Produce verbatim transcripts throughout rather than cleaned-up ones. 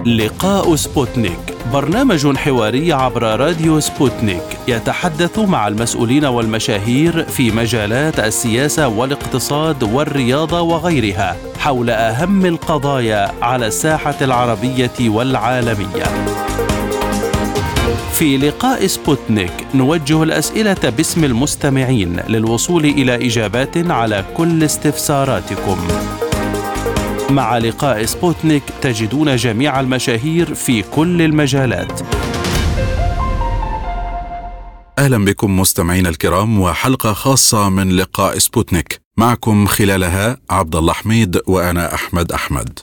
لقاء سبوتنيك، برنامج حواري عبر راديو سبوتنيك يتحدث مع المسؤولين والمشاهير في مجالات السياسة والاقتصاد والرياضة وغيرها حول أهم القضايا على الساحة العربية والعالمية. في لقاء سبوتنيك نوجه الأسئلة باسم المستمعين للوصول إلى إجابات على كل استفساراتكم. مع لقاء سبوتنيك تجدون جميع المشاهير في كل المجالات. أهلا بكم مستمعين الكرام، وحلقة خاصة من لقاء سبوتنيك، معكم خلالها عبد الله حميد وأنا أحمد أحمد.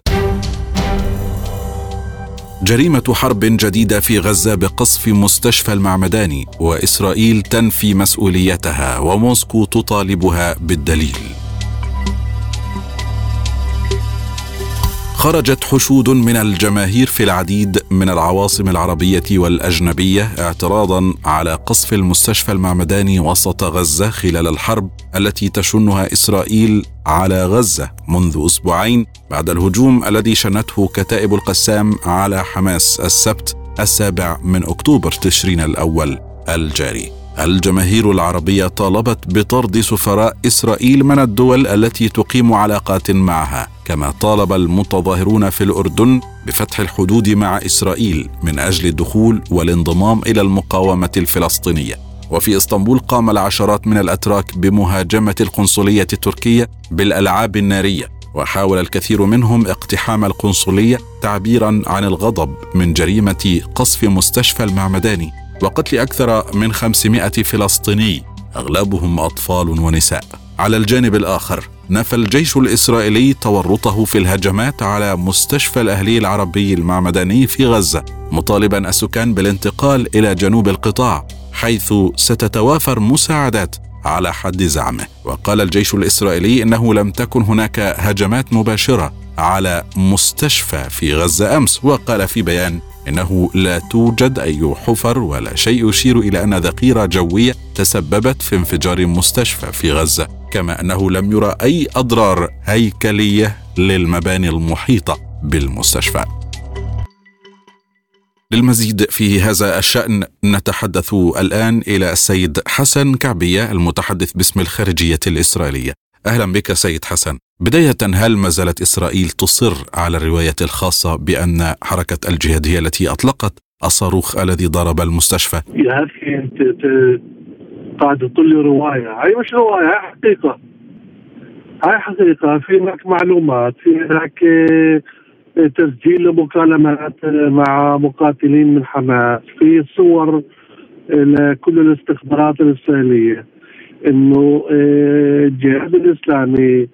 جريمة حرب جديدة في غزة بقصف مستشفى المعمداني، وإسرائيل تنفي مسؤوليتها وموسكو تطالبها بالدليل. خرجت حشود من الجماهير في العديد من العواصم العربية والأجنبية اعتراضا على قصف المستشفى المعمداني وسط غزة خلال الحرب التي تشنها إسرائيل على غزة منذ أسبوعين بعد الهجوم الذي شنته كتائب القسام على حماس السبت السابع من أكتوبر تشرين الأول الجاري. الجماهير العربية طالبت بطرد سفراء إسرائيل من الدول التي تقيم علاقات معها، كما طالب المتظاهرون في الأردن بفتح الحدود مع إسرائيل من أجل الدخول والانضمام إلى المقاومة الفلسطينية. وفي اسطنبول قام العشرات من الأتراك بمهاجمة القنصلية التركية بالألعاب النارية، وحاول الكثير منهم اقتحام القنصلية تعبيرا عن الغضب من جريمة قصف مستشفى المعمداني وقتل أكثر من خمسمائة فلسطيني أغلبهم أطفال ونساء. على الجانب الآخر نفى الجيش الإسرائيلي تورطه في الهجمات على مستشفى الأهلي العربي المعمداني في غزة، مطالبا السكان بالانتقال إلى جنوب القطاع حيث ستتوافر مساعدات على حد زعمه. وقال الجيش الإسرائيلي إنه لم تكن هناك هجمات مباشرة على مستشفى في غزة أمس، وقال في بيان إنه لا توجد أي حفر ولا شيء يشير إلى أن ذخيرة جوية تسببت في انفجار مستشفى في غزة، كما أنه لم يرى أي أضرار هيكلية للمباني المحيطة بالمستشفى. للمزيد في هذا الشأن نتحدث الآن إلى السيد حسن كعبية المتحدث باسم الخارجية الإسرائيلية. أهلا بك سيد حسن. بداية، هل ما زالت إسرائيل تصر على الرواية الخاصة بأن حركة الجهادية التي أطلقت الصاروخ الذي ضرب المستشفى؟ يا أخي أنت قاعد تقول لي رواية، هاي مش رواية، هاي حقيقة، هاي حقيقة. في هناك معلومات، في هناك تسجيل لمكالمات مع مقاتلين من حماس، في صور لكل الاستخبارات الإسرائيلية إنه الجهاد الإسلامي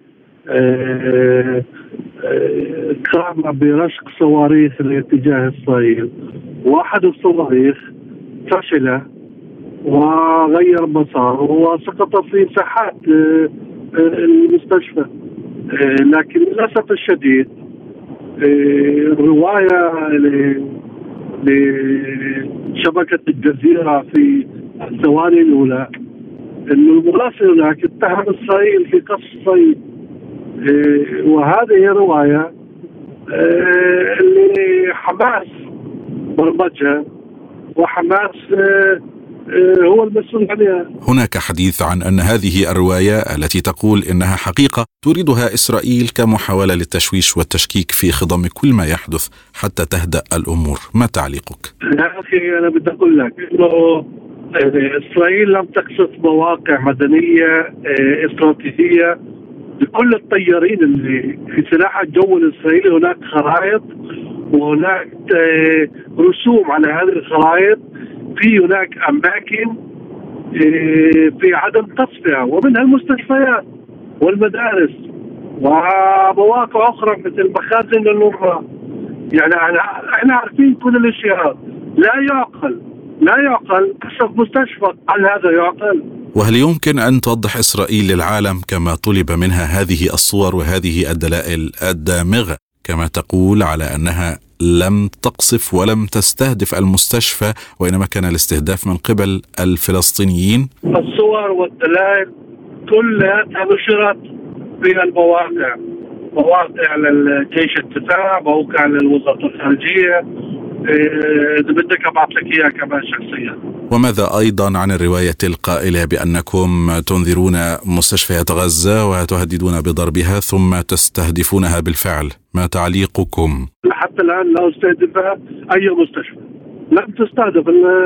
قام برشق صواريخ لاتجاه إسرائيل. واحد الصواريخ فشل وغير مساره وسقط في ساحات المستشفى، لكن للأسف الشديد الرواية لشبكة الجزيرة في الثواني الأولى إنه المراسل هناك اتهم إسرائيل في قصف إسرائيل، وهذه رواية اللي حماس برمجها وحماس هو المسؤول عليها. هناك حديث عن أن هذه الرواية التي تقول إنها حقيقة تريدها إسرائيل كمحاولة للتشويش والتشكيك في خضم كل ما يحدث حتى تهدأ الأمور. ما تعليقك؟ يا أخي أنا بدي أقول لك إنه إسرائيل لم تقصف مواقع مدنية استراتيجية لكل الطيارين اللي في سلاح الجو الإسرائيلي. هناك خرائط وهناك رسوم على هذه الخرائط، في هناك أماكن في عدم تصفية، ومنها المستشفيات والمدارس ومواقع أخرى مثل مخازن للنظام. يعني احنا عارفين كل الاشياء. لا يعقل لا يعقل قصف مستشفى، هل هذا يعقل؟ وهل يمكن أن توضح إسرائيل للعالم كما طلب منها هذه الصور وهذه الدلائل الدامغة كما تقول على أنها لم تقصف ولم تستهدف المستشفى وإنما كان الاستهداف من قبل الفلسطينيين؟ الصور والدلائل كلها نشرت في المواقع مواقع للجيش الدفاع، موقع للوزارة الخارجية. إذا بدك أبعث لك إياها كمان شخصيا. وماذا أيضا عن الرواية القائلة بأنكم تنذرون مستشفيات غزة وتهددون بضربها ثم تستهدفونها بالفعل؟ ما تعليقكم؟ حتى الآن لا استهدف أي مستشفى، لم تستهدف،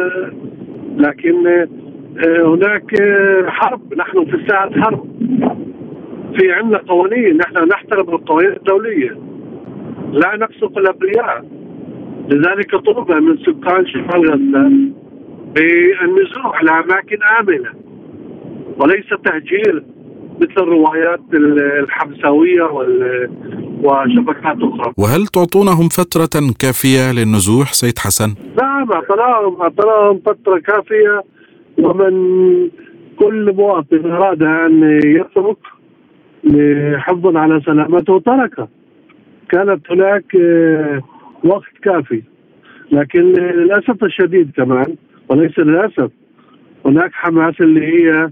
لكن هناك حرب، نحن في ساعة حرب، في عندنا قوانين، نحن نحترم القوانين الدولية، لا نقصف الأبرياء. لذلك طلب من سكان شمال غزة بالنزوح إلى أماكن آمنة وليس تهجير مثل الروايات الحمساوية وشبكات أخرى. وهل تعطونهم فترة كافية للنزوح سيد حسن؟ نعم، أعطناهم أعطناهم فترة كافية، ومن كل مواطن أراد أن يترك حفظا على سلامته تركه. كانت هناك وقت كافي، لكن للأسف الشديد كمان، وليس للأسف، هناك حماس اللي هي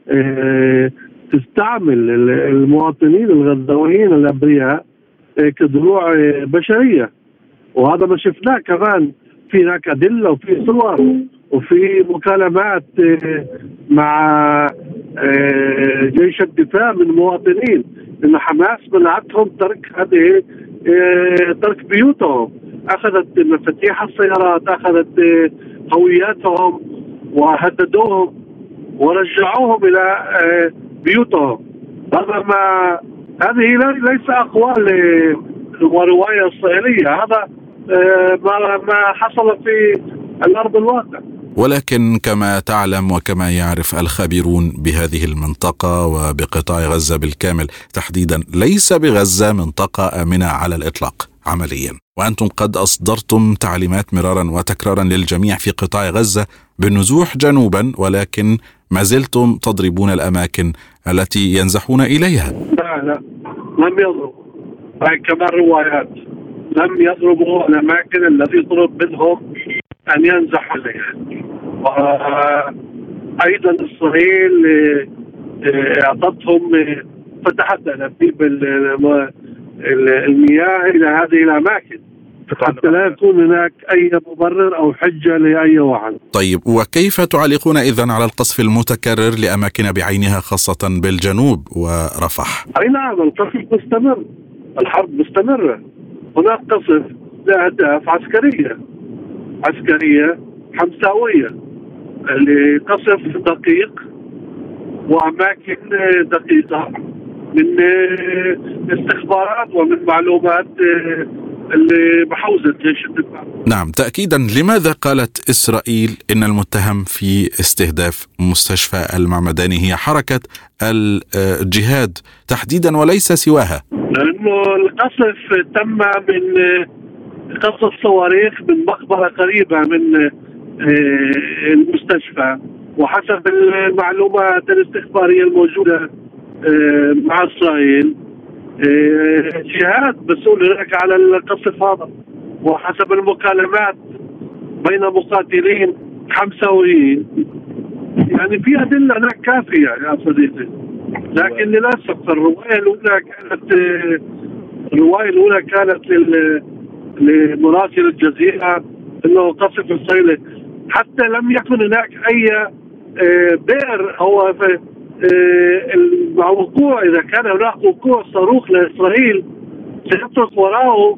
تستعمل المواطنين الغزاويين الأبرياء كدروع بشرية، وهذا ما شفناه كمان. في هناك أدلة وفي صور وفي مكالمات مع جيش الدفاع من مواطنين إن حماس منعتهم ترك هذه ترك بيوتهم، أخذت مفاتيح السيارات، أخذت هوياتهم وهددوهم ورجعوهم إلى بيوتهم. هذا ما هذه ليس أقوال ورواية إسرائيلية، هذا ما ما حصل في الأرض الواقع. ولكن كما تعلم وكما يعرف الخبيرون بهذه المنطقة وبقطاع غزة بالكامل تحديدا، ليس بغزة منطقة آمنة على الإطلاق عمليا، وأنتم قد أصدرتم تعليمات مرارا وتكرارا للجميع في قطاع غزة بالنزوح جنوبا، ولكن ما زلتم تضربون الأماكن التي ينزحون إليها. لا لا لم يضربوا، هاي كمان روايات، لم يضربوا الأماكن التي طلب منهم أن ينزحوا إليها. أيضا إسرائيل أعطتهم، فتحت أنابيب المياه إلى هذه الأماكن حتى لا يكون هناك أي مبرر أو حجة لأي واحد. طيب، وكيف تعلقون إذن على القصف المتكرر لأماكن بعينها خاصة بالجنوب ورفح؟ أي نعم، القصف مستمر، الحرب مستمرة. هناك قصف لأهداف عسكرية عسكرية حمساوية، لقصف دقيق وأماكن دقيقة من استخبارات ومن معلومات اللي بحوزة جيش الدفاع. نعم، تأكيدا. لماذا قالت إسرائيل إن المتهم في استهداف مستشفى المعمداني هي حركة الجهاد تحديدا وليس سواها؟ لأنه القصف تم من قصف صواريخ من مقبرة قريبة من المستشفى، وحسب المعلومات الاستخبارية الموجودة مع إسرائيل جهاد مسؤول هناك على القصف هذا، وحسب المكالمات بين مقاتلين حمساويين. يعني في أدلة هناك كافية يا صديقي، لكن للأسف الرواية الأولى كانت الرواية الأولى كانت لل لمراسل الجزيرة انه قصف إسرائيلي، حتى لم يكن هناك اي بئر هو مع وقوع، اذا كان هناك وقوع صاروخ لإسرائيل سيترك وراءه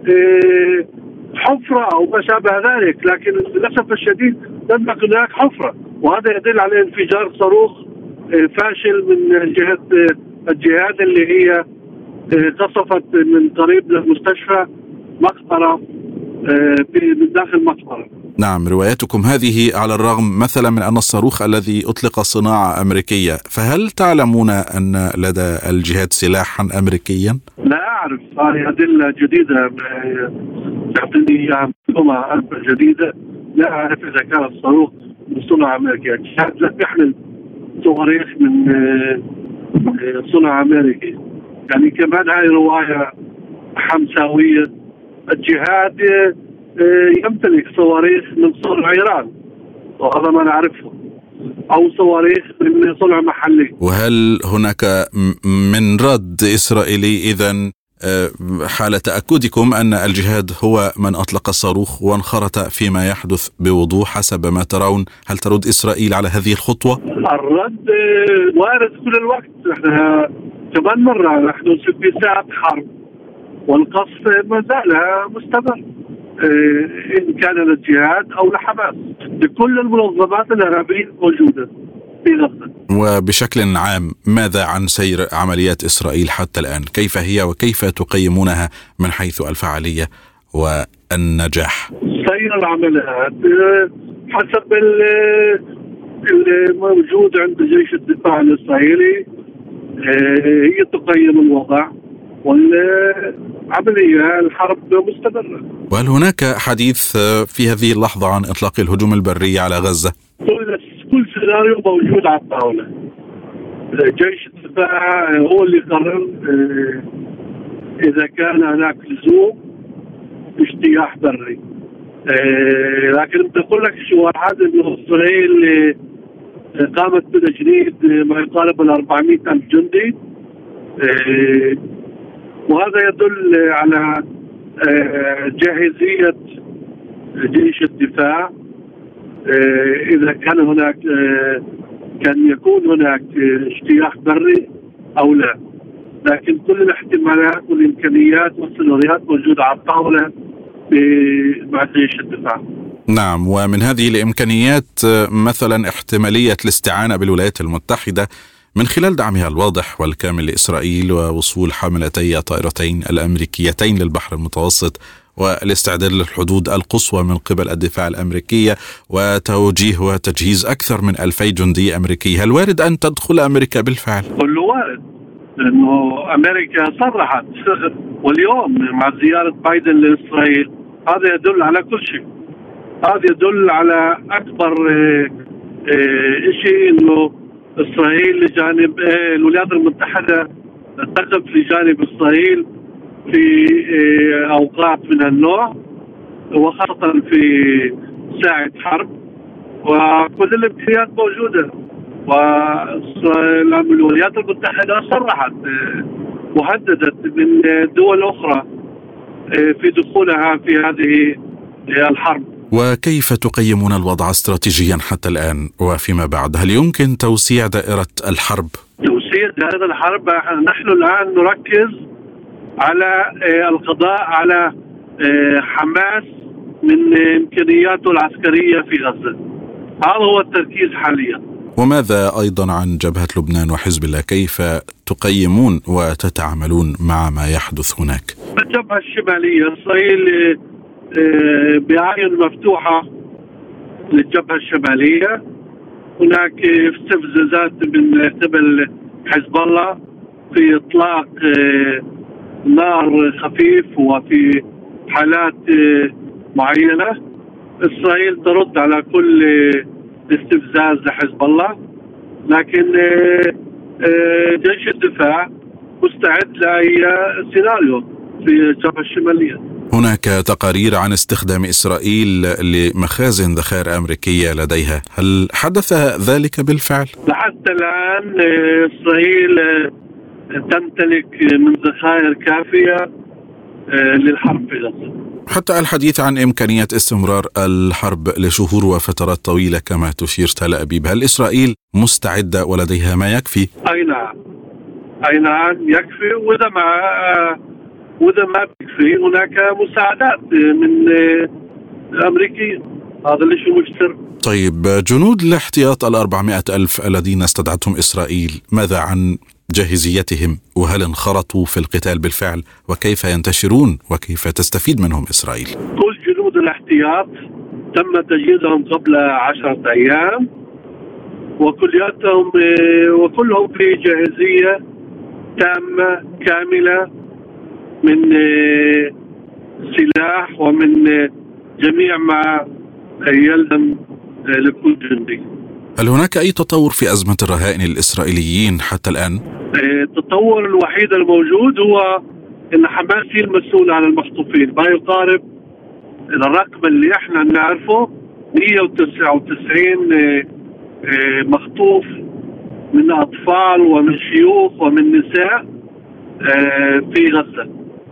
حفرة او ما شابه ذلك، لكن للأسف الشديد لم يكن هناك حفرة، وهذا يدل على انفجار صاروخ فاشل من جهة الجهاد اللي هي قصفت من قريب للمستشفى مقبرة من داخل مقبرة. نعم، روايتكم هذه على الرغم مثلا من أن الصاروخ الذي أطلق صناعة أمريكية، فهل تعلمون أن لدى الجهاد سلاحا أمريكيا؟ لا أعرف، هذه أدلة جديدة تعطيني إياها، معلومة جديدة. لا أعرف إذا كان الصاروخ من صنع أمريكية. الجهاد لم يحمل صواريخ من صنع أمريكي، يعني كمان هاي رواية حمساوية. الجهاد يمتلك صواريخ من صنع إيران، وهذا ما نعرفه، أو صواريخ من صنع محلي. وهل هناك من رد إسرائيلي إذن حال تأكدكم أن الجهاد هو من أطلق الصاروخ وانخرط فيما يحدث بوضوح حسب ما ترون، هل ترد إسرائيل على هذه الخطوة؟ الرد وارد كل الوقت. احنا كمان مرة نحن في ساعة حرب والقصف ما زال مستمر، إن كان للجهاد أو لحماس. لكل المنظمات الإرهابية موجودة في غزة. وبشكل عام ماذا عن سير عمليات إسرائيل حتى الآن؟ كيف هي وكيف تقيمونها من حيث الفعالية والنجاح؟ سير العمليات حسب الموجود عند جيش الدفاع الإسرائيلي، هي تقيم الوضع والعملية الحرب مستمرة. وهل هناك حديث في هذه اللحظة عن إطلاق الهجوم البري على غزة؟ كل كل سيناريو موجود على الطاولة. جيش الدفاع هو اللي قرر إذا كان هناك لزوم اجتياح بري. لكن بدي أقول لك شو واحد، إنه إسرائيل قامت بتجنيد ما يقارب ال أربعمائة ألف جندي، وهذا يدل على جاهزية جيش الدفاع. إذا كان هناك كان يكون هناك اجتياح بري أو لا، لكن كل الاحتمالات والإمكانيات والسيناريوهات موجودة على الطاولة مع جيش الدفاع. نعم، ومن هذه الإمكانيات مثلا احتمالية الاستعانة بالولايات المتحدة من خلال دعمها الواضح والكامل لإسرائيل ووصول حاملتي الطائرتين الأمريكيتين للبحر المتوسط والاستعداد للحدود القصوى من قبل الدفاع الأمريكية وتوجيه وتجهيز أكثر من ألفي جندي أمريكي. هل وارد أن تدخل أمريكا بالفعل؟ كله وارد، لأنه أمريكا صرحت واليوم مع زيارة بايدن لإسرائيل. هذا يدل على كل شيء. هذا يدل على أكبر شيء، إنه إسرائيل لجانب الولايات المتحدة تقف لجانب إسرائيل في أوقات من النوع، وخاصة في ساعة حرب، وكل الإمكانيات موجودة. والولايات المتحدة صرحت وهددت من دول أخرى في دخولها في هذه الحرب. وكيف تقيمون الوضع استراتيجيا حتى الآن وفيما بعد؟ هل يمكن توسيع دائرة الحرب؟ توسيع دائرة الحرب، نحن الآن نركز على القضاء على حماس من إمكانياته العسكرية في غزة. هذا هو التركيز حاليا. وماذا أيضا عن جبهة لبنان وحزب الله؟ كيف تقيمون وتتعاملون مع ما يحدث هناك؟ الجبهة الشمالية إسرائيل بعين مفتوحة للجبهة الشمالية. هناك استفزازات من قبل حزب الله في إطلاق نار خفيف وفي حالات معينة. إسرائيل ترد على كل استفزاز لحزب الله، لكن جيش الدفاع مستعد لأي سيناريو في الجبهة الشمالية. هناك تقارير عن استخدام إسرائيل لمخازن ذخائر أمريكية لديها، هل حدث ذلك بالفعل؟ لحتى الآن إسرائيل تمتلك من ذخائر كافية للحرب في غزة. حتى الحديث عن إمكانية استمرار الحرب لشهور وفترات طويلة كما تشير تل أبيب، هل إسرائيل مستعدة ولديها ما يكفي؟ أي نعم، أي نعم يكفي. وإذا ما وإذا ما يكفي هناك مساعدات من الأمريكي، هذا اللي شو مش سر. طيب، جنود الاحتياط الأربعمائة ألف الذين استدعتهم إسرائيل ماذا عن جاهزيتهم؟ وهل انخرطوا في القتال بالفعل؟ وكيف ينتشرون وكيف تستفيد منهم إسرائيل؟ كل جنود الاحتياط تم تجهيزهم قبل عشرة أيام، وكلياتهم وكلهم في جاهزية تامة كاملة من سلاح ومن جميع ما يلزم لكل جندي. هل هناك أي تطور في أزمة الرهائن الإسرائيليين حتى الآن؟ التطور الوحيد الموجود هو أن حماس هي المسؤول عن المخطوفين، ما يقارب الرقم اللي احنا نعرفه مئة وتسعة وتسعين مخطوف من أطفال ومن شيوخ ومن نساء في غزة.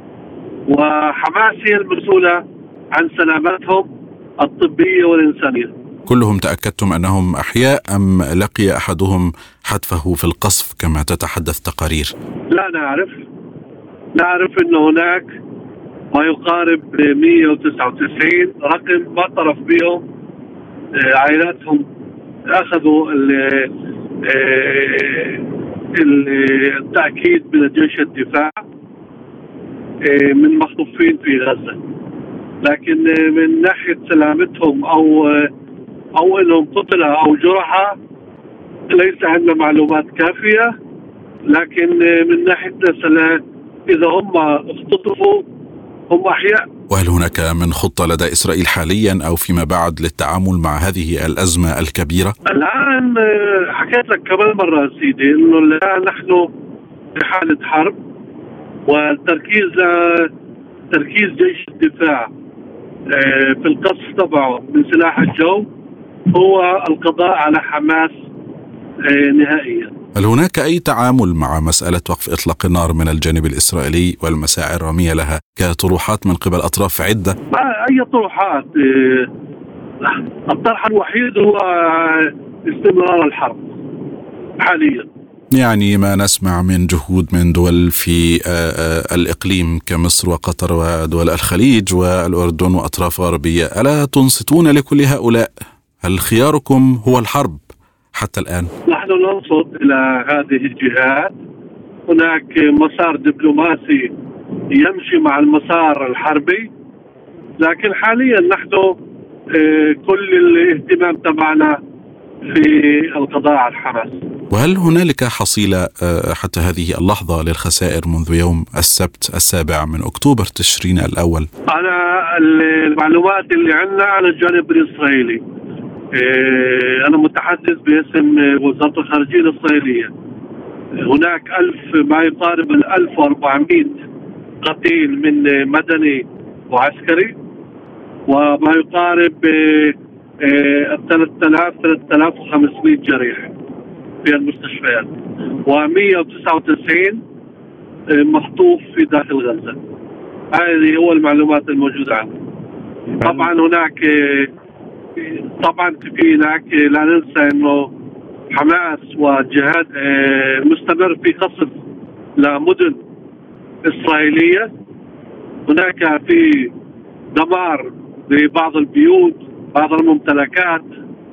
وحماس هي المسؤولة عن سلامتهم الطبية والإنسانية. كلهم تأكدتم أنهم أحياء أم لقي أحدهم حتفه في القصف كما تتحدث تقارير؟ لا نعرف نعرف أن هناك ما يقارب مئة وتسعة وتسعين رقم ما اعترف بهم عائلاتهم، أخذوا التأكيد من جيش الدفاع من مخطوفين في غزة، لكن من ناحية سلامتهم أو أو أنهم قتلوا أو جرحى ليس عندنا معلومات كافية. لكن من ناحية إذا هم اختطفوا هم أحياء. وهل هناك من خطة لدى إسرائيل حاليا أو فيما بعد للتعامل مع هذه الأزمة الكبيرة؟ الآن حكيت لك كمان مرة سيدي إنه الآن نحن في حالة حرب، والتركيز تركيز جيش الدفاع في القصف تبعه من سلاح الجو هو القضاء على حماس نهائيا. هل هناك أي تعامل مع مسألة وقف إطلاق النار من الجانب الإسرائيلي والمساعي الرامية لها كطروحات من قبل أطراف عدة؟ أي طروحات؟ الطرح الوحيد هو استمرار الحرب حاليا. يعني ما نسمع من جهود من دول في الإقليم كمصر وقطر ودول الخليج والأردن وأطراف غربية، ألا تنصتون لكل هؤلاء؟ هل خياركم هو الحرب حتى الآن؟ نحن ننصت إلى هذه الجهات. هناك مسار دبلوماسي يمشي مع المسار الحربي، لكن حاليا نحن كل الاهتمام تبعنا في القضاء على حماس. وهل هنالك حصيلة حتى هذه اللحظة للخسائر منذ يوم السبت السابع من أكتوبر تشرين الأول؟ أنا المعلومات اللي عندنا على الجانب الإسرائيلي، أنا متحدث باسم وزارة الخارجية الإسرائيلية، هناك ألف ما يقارب الألف وأربعمائة قتيل من مدني وعسكري، وما يقارب ثلاثة آلاف ثلاثة آلاف وخمسمائة جريح في المستشفيات، ومئة وتسعة وتسعين مخطوف في داخل غزة. هذه هو المعلومات الموجودة عندنا. طبعا هناك طبعا في هناك لا ننسى انه حماس وجهاد مستمر في قصف لمدن إسرائيلية. هناك في دمار لبعض البيوت، بعض الممتلكات،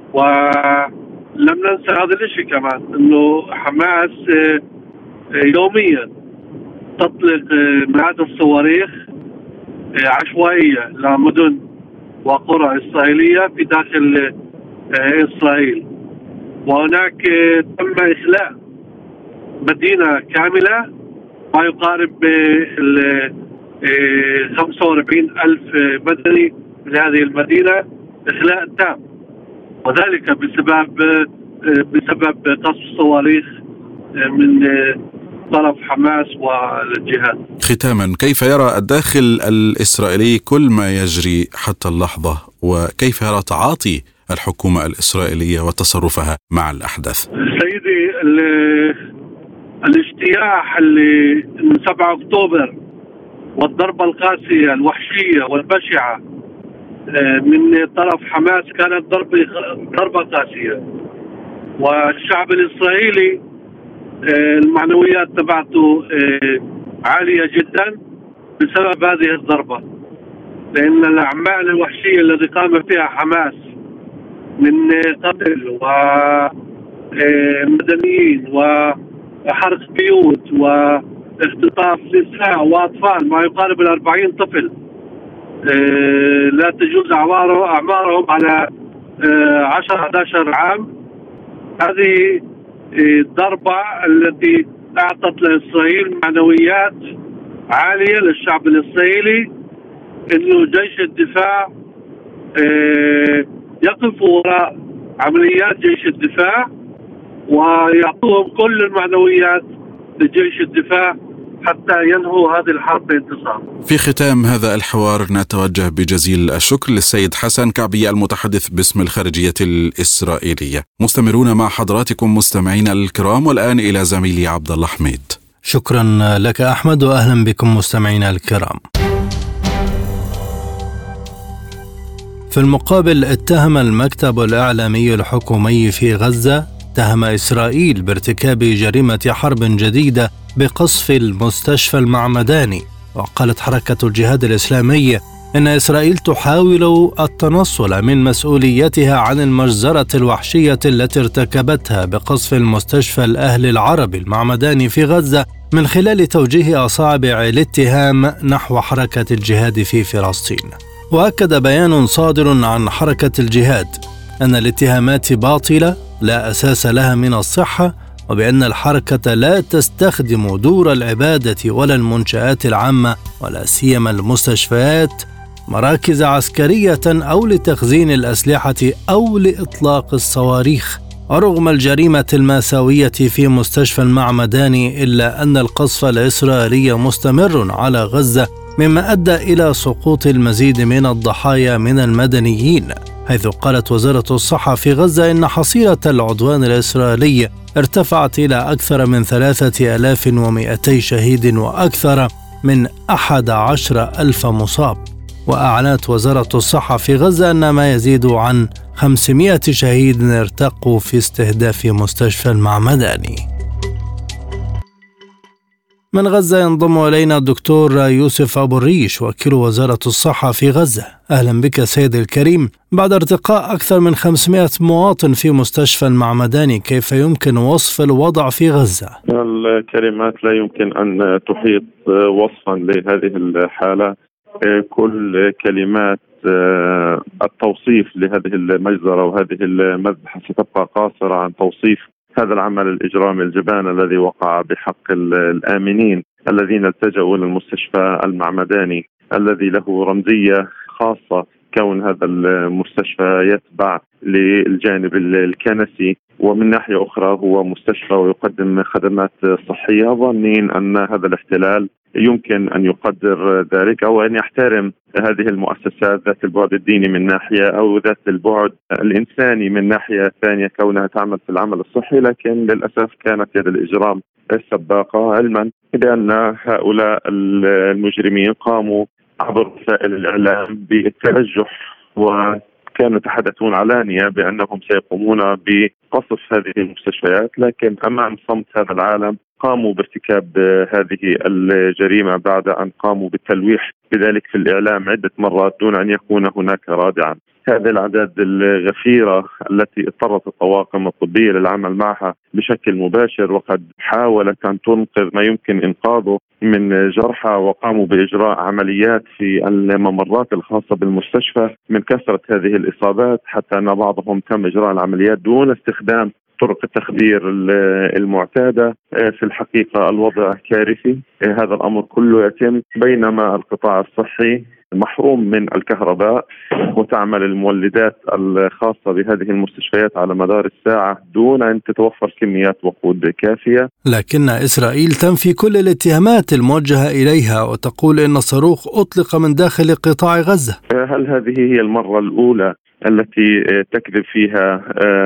ولم ننسى هذا الشيء كمان انه حماس يوميا تطلق مئات الصواريخ عشوائية لمدن وقرى إسرائيلية في داخل إسرائيل. وهناك تم إخلاء مدينة كاملة ما يقارب خمسة وأربعين ألف مدني من هذه المدينة إخلاء تام، وذلك بسبب بسبب قصف الصواريخ من طرف حماس والجهاد. ختاما، كيف يرى الداخل الإسرائيلي كل ما يجري حتى اللحظة، وكيف يرى تعاطي الحكومة الإسرائيلية وتصرفها مع الأحداث؟ سيدي، الاجتياح اللي من سبعة أكتوبر والضربة القاسية الوحشية والبشعة من طرف حماس كانت ضربة ضربة قاسية، والشعب الإسرائيلي المعنويات تبعته عالية جدا بسبب هذه الضربة، لأن الأعمال الوحشية التي قام فيها حماس من قتل ومدنيين وحرق بيوت واختطاف نساء وأطفال ما يقارب الأربعين طفل لا تجوز أعمارهم على عشر أحد عشر عام. هذه الضربة التي أعطت لإسرائيل معنويات عالية للشعب الإسرائيلي، إنه جيش الدفاع يقف وراء عمليات جيش الدفاع ويعطوهم كل المعنويات لجيش الدفاع حتى ينهوا هذه الحرب بانتصار. في ختام هذا الحوار نتوجه بجزيل الشكر للسيد حسن كعبي المتحدث باسم الخارجية الإسرائيلية. مستمرون مع حضراتكم مستمعين الكرام، والآن إلى زميلي عبد الله حميد. شكرا لك أحمد، وأهلا بكم مستمعينا الكرام. في المقابل اتهم المكتب الإعلامي الحكومي في غزة اتهم إسرائيل بارتكاب جريمة حرب جديدة بقصف المستشفى المعمداني. وقالت حركة الجهاد الإسلامي إن إسرائيل تحاول التنصل من مسؤوليتها عن المجزرة الوحشية التي ارتكبتها بقصف المستشفى الأهلي العربي المعمداني في غزة من خلال توجيه أصابع الاتهام نحو حركة الجهاد في فلسطين. وأكد بيان صادر عن حركة الجهاد أن الاتهامات باطلة لا أساس لها من الصحة، وبأن الحركة لا تستخدم دور العبادة ولا المنشآت العامة ولا سيما المستشفيات مراكز عسكرية أو لتخزين الأسلحة أو لإطلاق الصواريخ. ورغم الجريمة المأساوية في مستشفى المعمداني إلا أن القصف الإسرائيلي مستمر على غزة، مما أدى إلى سقوط المزيد من الضحايا من المدنيين، حيث قالت وزارة الصحة في غزة إن حصيلة العدوان الإسرائيلي ارتفعت إلى أكثر من ثلاثة آلاف ومئتي شهيد وأكثر من أحد عشر ألف مصاب. وأعلنت وزارة الصحة في غزة أن ما يزيد عن خمسمائة شهيد ارتقوا في استهداف مستشفى المعمداني. من غزة ينضم إلينا الدكتور يوسف أبو الريش وكيل وزارة الصحة في غزة. أهلا بك سيد الكريم. بعد ارتقاء أكثر من خمسمائة مواطن في مستشفى المعمداني، كيف يمكن وصف الوضع في غزة؟ الكلمات لا يمكن أن تحيط وصفا لهذه الحالة. كل كلمات التوصيف لهذه المجزرة وهذه المذبحة ستبقى قاصرة عن توصيف هذا العمل الإجرامي الجبان الذي وقع بحق الآمنين الذين التجأوا إلى المستشفى المعمداني الذي له رمزية خاصة، كون هذا المستشفى يتبع للجانب الكنسي، ومن ناحية أخرى هو مستشفى ويقدم خدمات صحية. ظنين أن هذا الاحتلال يمكن أن يقدر ذلك أو أن يحترم هذه المؤسسات ذات البعد الديني من ناحية أو ذات البعد الإنساني من ناحية ثانية كونها تعمل في العمل الصحي، لكن للأسف كانت يد الإجرام السباقة، علما بأن هؤلاء المجرمين قاموا عبر وسائل الإعلام بالترجح وكانوا يتحدثون علانية بأنهم سيقومون بقصف هذه المستشفيات، لكن أمام صمت هذا العالم قاموا بارتكاب هذه الجريمة بعد أن قاموا بالتلويح بذلك في الإعلام عدة مرات دون أن يكون هناك رادعا. هذه الأعداد الغفيرة التي اضطرت الطواقم الطبية للعمل معها بشكل مباشر، وقد حاولت أن تنقذ ما يمكن إنقاذه من جرحى، وقاموا بإجراء عمليات في الممرات الخاصة بالمستشفى من كثرة هذه الإصابات، حتى أن بعضهم تم إجراء العمليات دون استخدام طرق التخدير المعتادة. في الحقيقة الوضع كارثي. هذا الأمر كله يتم بينما القطاع الصحي محروم من الكهرباء وتعمل المولدات الخاصة بهذه المستشفيات على مدار الساعة دون أن تتوفر كميات وقود كافية. لكن إسرائيل تنفي كل الاتهامات الموجهة إليها وتقول إن الصاروخ أطلق من داخل قطاع غزة. هل هذه هي المرة الأولى التي تكذب فيها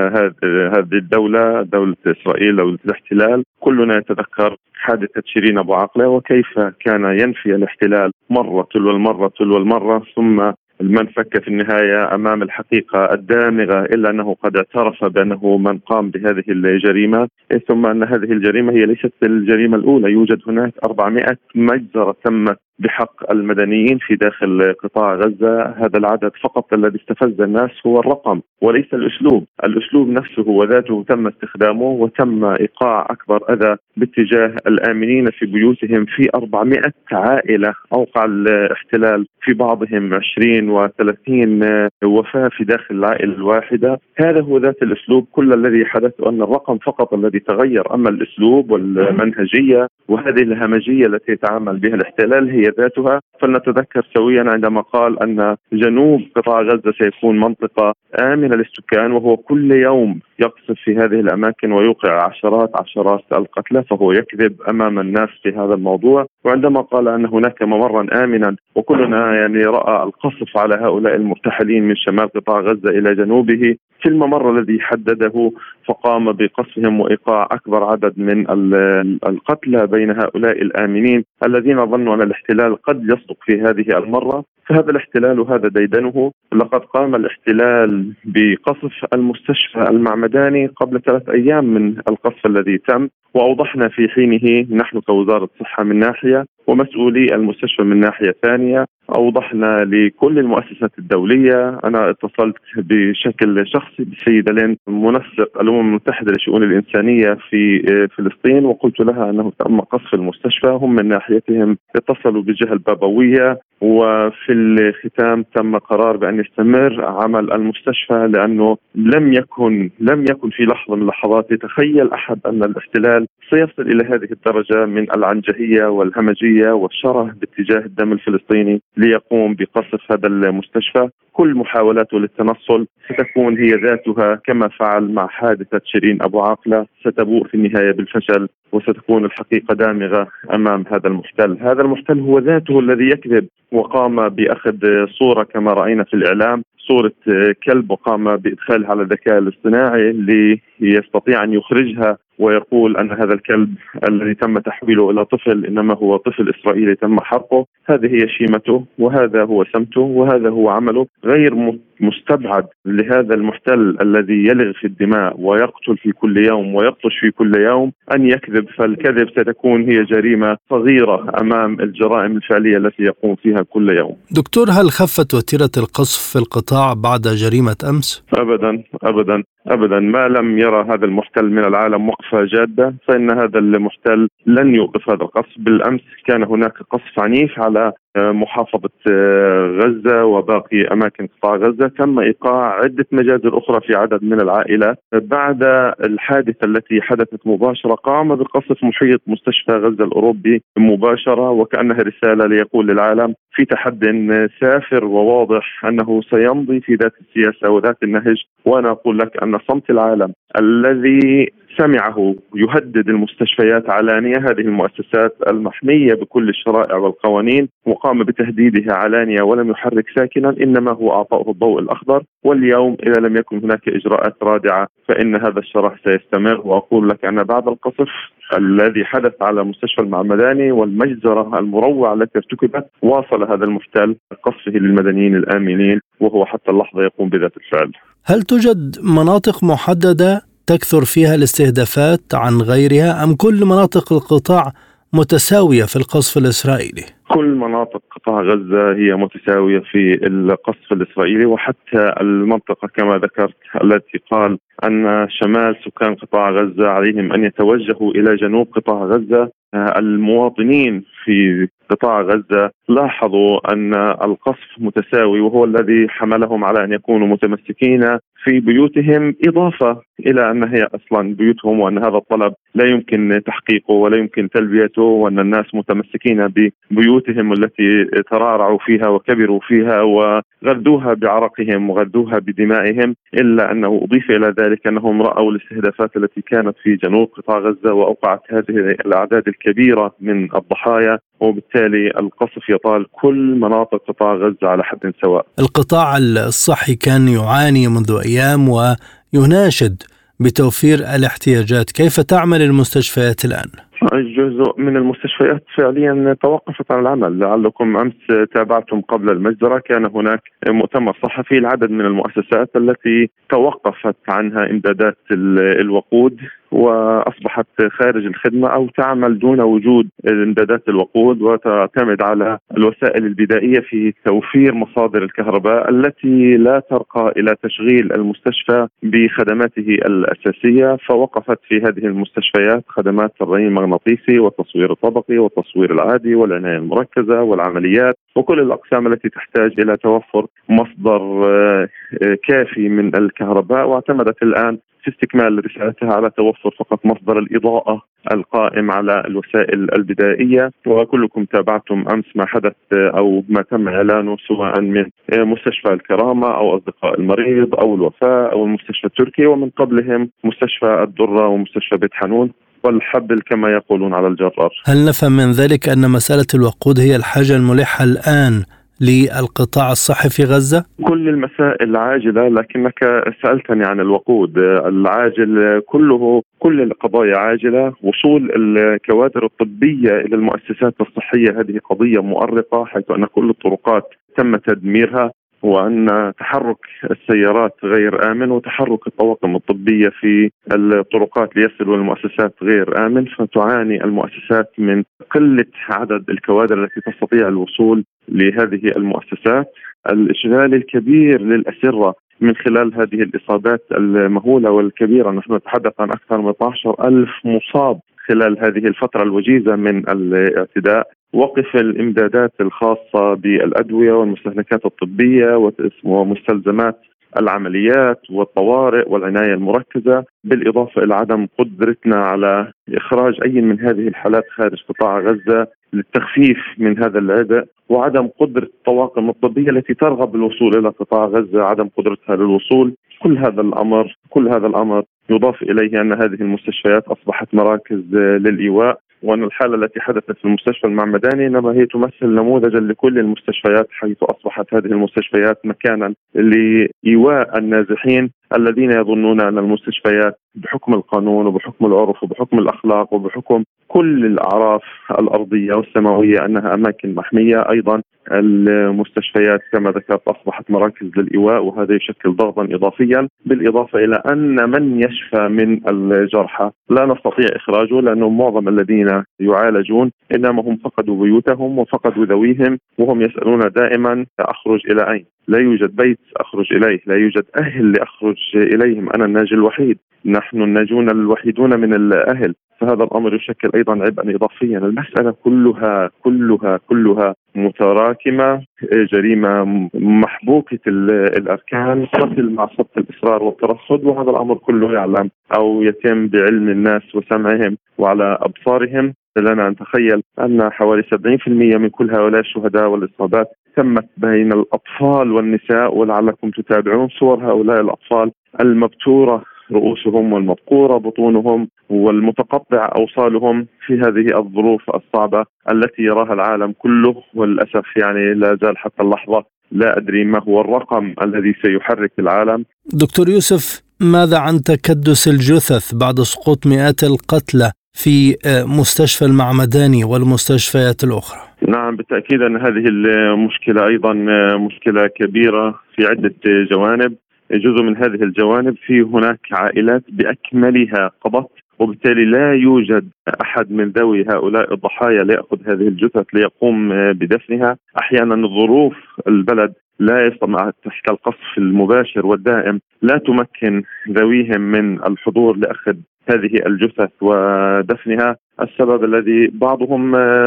هذه الدولة دولة إسرائيل أو الاحتلال؟ كلنا يتذكر حادثة شيرين أبو عقلة وكيف كان ينفي الاحتلال مرة تلو المرة تلو المرة، ثم من فك في النهاية أمام الحقيقة الدامغة إلا أنه قد اعترف بأنه من قام بهذه الجريمة، ثم أن هذه الجريمة هي ليست الجريمة الأولى. يوجد هناك أربعمائة مجزرة تمت بحق المدنيين في داخل قطاع غزة. هذا العدد فقط الذي استفز الناس هو الرقم وليس الأسلوب. الأسلوب نفسه وذاته تم استخدامه وتم إيقاع أكبر أذى باتجاه الآمنين في بيوتهم. في أربعمائة عائلة أوقع الاحتلال في بعضهم عشرين وثلاثين وفاة في داخل العائلة الواحدة. هذا هو ذات الأسلوب. كل الذي حدث أن الرقم فقط الذي تغير، أما الأسلوب والمنهجية وهذه الهمجية التي يتعامل بها الاحتلال هي ذاتها. فلنتذكر سويا عندما قال أن جنوب قطاع غزة سيكون منطقة آمنة للسكان، وهو كل يوم يقصف في هذه الأماكن ويوقع عشرات عشرات القتلى، فهو يكذب أمام الناس في هذا الموضوع. وعندما قال أن هناك ممرا آمنا وكلنا يعني رأى القصف على هؤلاء المرتحلين من شمال قطاع غزة إلى جنوبه في الممر الذي حدده، فقام بقصفهم وإيقاع أكبر عدد من القتلى بين هؤلاء الآمنين الذين ظنوا أن الاحتلال قد يصدق في هذه المرة. فهذا الاحتلال وهذا ديدنه. لقد قام الاحتلال بقصف المستشفى المعمداني قبل ثلاث أيام من القصف الذي تم، وأوضحنا في حينه نحن كوزارة صحة من ناحية ومسؤولي المستشفى من ناحية ثانية، أوضحنا لكل المؤسسات الدولية. أنا اتصلت بشكل شخصي بالسيدة لين منسق الأمم المتحدة للشؤون الإنسانية في فلسطين، وقلت لها أنه تم قصف المستشفى. هم من ناحيتهم اتصلوا بالجهة البابوية، وفي الختام تم قرار بأن يستمر عمل المستشفى، لأنه لم يكن لم يكن في لحظة من اللحظات يتخيل أحد أن الاحتلال سيصل إلى هذه الدرجة من العنجهية والهمجية والشره باتجاه الدم الفلسطيني ليقوم بقصف هذا المستشفى. كل محاولاته للتنصل ستكون هي ذاتها كما فعل مع حادثة شيرين أبو عاقلة، ستبوء في النهاية بالفشل، وستكون الحقيقة دامغة أمام هذا المحتل. هذا المحتل هو ذاته الذي يكذب، وقام بأخذ صورة كما رأينا في الإعلام، صورة كلب، وقام بإدخالها على الذكاء الاصطناعي ليستطيع أن يخرجها ويقول أن هذا الكلب الذي تم تحويله إلى طفل إنما هو طفل إسرائيلي تم حرقه. هذه هي شيمته، وهذا هو سمته، وهذا هو عمله. غير مستبعد لهذا المحتل الذي يلغ في الدماء ويقتل في كل يوم ويقتش في كل يوم أن يكذب، فالكذب ستكون هي جريمة صغيرة أمام الجرائم الفعلية التي يقوم فيها كل يوم. دكتور، هل خفت وتيرة القصف في القطاع بعد جريمة أمس؟ أبدا أبدا أبدا، ما لم يرى هذا المحتل من العالم وقفة جادة فإن هذا المحتل لن يوقف هذا القصف. بالأمس كان هناك قصف عنيف على محافظة غزة وباقي أماكن قطاع غزة، تم إيقاع عدة مجازر أخرى في عدد من العائلات. بعد الحادثة التي حدثت مباشرة قام بقصف محيط مستشفى غزة الأوروبي مباشرة، وكأنها رسالة ليقول للعالم في تحد سافر وواضح أنه سيمضي في ذات السياسة وذات النهج. وأنا أقول لك أن صمت العالم الذي سمعه يهدد المستشفيات علانية، هذه المؤسسات المحمية بكل الشرائع والقوانين، وقام بتهديدها علانية ولم يحرك ساكنا، إنما هو أعطاه الضوء الأخضر. واليوم إذا لم يكن هناك إجراءات رادعة فإن هذا الشرح سيستمر. وأقول لك أن بعد القصف الذي حدث على مستشفى المعمداني والمجزرة المروعة التي ارتكبت، واصل هذا المحتل قصفه للمدنيين الآمنين، وهو حتى اللحظة يقوم بذات الفعل. هل توجد مناطق محددة تكثر فيها الاستهدافات عن غيرها، أم كل مناطق القطاع متساوية في القصف الإسرائيلي؟ كل مناطق قطاع غزة هي متساوية في القصف الإسرائيلي، وحتى المنطقة كما ذكرت التي قال أن شمال سكان قطاع غزة عليهم أن يتوجهوا إلى جنوب قطاع غزة. المواطنين في قطاع غزة لاحظوا أن القصف متساوي، وهو الذي حملهم على أن يكونوا متمسكين في بيوتهم، إضافة إلى أن هي أصلا بيوتهم، وأن هذا الطلب لا يمكن تحقيقه ولا يمكن تلبيته، وأن الناس متمسكين ببيوتهم التي ترعرعوا فيها وكبروا فيها وغذوها بعرقهم وغذوها بدمائهم. إلا أنه أضيف إلى ذلك أنهم رأوا الاستهدافات التي كانت في جنوب قطاع غزة وأوقعت هذه الأعداد الكبيرة من الضحايا، وبالتالي القصف يطال كل مناطق قطاع غزة على حد سواء. القطاع الصحي كان يعاني منذ أيام ويناشد بتوفير الاحتياجات، كيف تعمل المستشفيات الآن؟ جزء من المستشفيات فعليا توقفت عن العمل. لعلكم أمس تابعتم قبل المجزرة كان هناك مؤتمر صحفي، العدد من المؤسسات التي توقفت عنها إمدادات الوقود وأصبحت خارج الخدمة أو تعمل دون وجود إمدادات الوقود، وتعتمد على الوسائل البدائية في توفير مصادر الكهرباء التي لا ترقى إلى تشغيل المستشفى بخدماته الأساسية. فوقفت في هذه المستشفيات خدمات الرنين المغناطيسي والتصوير الطبقي والتصوير العادي والعناية المركزة والعمليات وكل الأقسام التي تحتاج إلى توفر مصدر كافي من الكهرباء، واعتمدت الآن في استكمال رسالتها على توفر فقط مصدر الإضاءة القائم على الوسائل البدائية. وكلكم تابعتم أمس ما حدث أو ما تم إعلانه سواء من مستشفى الكرامة أو أصدقاء المريض أو الوفاء أو المستشفى التركي، ومن قبلهم مستشفى الدرة ومستشفى بيت حنون والحبل كما يقولون على الجرار. هل نفهم من ذلك أن مسألة الوقود هي الحاجة الملحة الآن للقطاع الصحي في غزة؟ كل المسائل عاجلة، لكنك سألتني عن الوقود. العاجل كله، كل القضايا عاجلة. وصول الكوادر الطبية إلى المؤسسات الصحية هذه قضية مؤرقة، حيث أن كل الطرقات تم تدميرها، وأن تحرك السيارات غير آمن، وتحرك الطواقم الطبية في الطرقات ليصلوا للمؤسسات غير آمن. فتعاني المؤسسات من قلة عدد الكوادر التي تستطيع الوصول لهذه المؤسسات. الإشغال الكبير للأسرة من خلال هذه الإصابات المهولة والكبيرة، نحن نتحدث عن أكثر من اثني عشر ألف مصاب خلال هذه الفترة الوجيزة من الاعتداء. وقف الإمدادات الخاصة بالأدوية والمستهلكات الطبية ومستلزمات العمليات والطوارئ والعناية المركزة، بالإضافة إلى عدم قدرتنا على إخراج أي من هذه الحالات خارج قطاع غزة للتخفيف من هذا العبء، وعدم قدرة الطواقم الطبية التي ترغب بالوصول إلى قطاع غزة، عدم قدرتها للوصول. كل هذا الأمر كل هذا الأمر يضاف إليه أن هذه المستشفيات أصبحت مراكز للإيواء، وأن الحالة التي حدثت في المستشفى المعمداني إنما هي تمثل نموذجا لكل المستشفيات، حيث أصبحت هذه المستشفيات مكانا لإيواء النازحين الذين يظنون أن المستشفيات بحكم القانون وبحكم العرف وبحكم الأخلاق وبحكم كل الأعراف الأرضية والسماوية أنها أماكن محمية. أيضا المستشفيات كما ذكرت أصبحت مراكز للإيواء، وهذا يشكل ضغطا إضافيا، بالإضافة إلى أن من يشفى من الجرحى لا نستطيع إخراجه، لأنه معظم الذين يعالجون إنما هم فقدوا بيوتهم وفقدوا ذويهم، وهم يسألون دائما أخرج إلى أين؟ لا يوجد بيت أخرج إليه، لا يوجد أهل لأخرج إليهم، أنا الناجي الوحيد، نحن الناجون الوحيدون من الأهل. فهذا الأمر يشكل أيضا عبئا إضافيا. المسألة كلها كلها كلها متراكمة، جريمة محبوكة الأركان، قتل مع سبق الإصرار والترصد، وهذا الأمر كله يعلم أو يتم بعلم الناس وسمعهم وعلى أبصارهم. لنا أن نتخيل أن حوالي سبعين بالمئة من كل هؤلاء الشهداء والإصابات تمت بين الأطفال والنساء، ولعلكم تتابعون صور هؤلاء الأطفال المبتورة رؤوسهم والمبقورة بطونهم والمتقطع أوصالهم في هذه الظروف الصعبة التي يراها العالم كله. وللأسف يعني لا زال حتى اللحظة لا أدري ما هو الرقم الذي سيحرك العالم. دكتور يوسف، ماذا عن تكدس الجثث بعد سقوط مئات القتلى في مستشفى المعمداني والمستشفيات الأخرى؟ نعم بالتأكيد أن هذه المشكلة أيضا مشكلة كبيرة في عدة جوانب. جزء من هذه الجوانب في هناك عائلات بأكملها قضت، وبالتالي لا يوجد أحد من ذوي هؤلاء الضحايا ليأخذ هذه الجثث ليقوم بدفنها. أحيانا ظروف البلد لا يستطيع تحت القصف المباشر والدائم لا تمكن ذويهم من الحضور لأخذ هذه الجثث ودفنها. السبب الذي بعضهم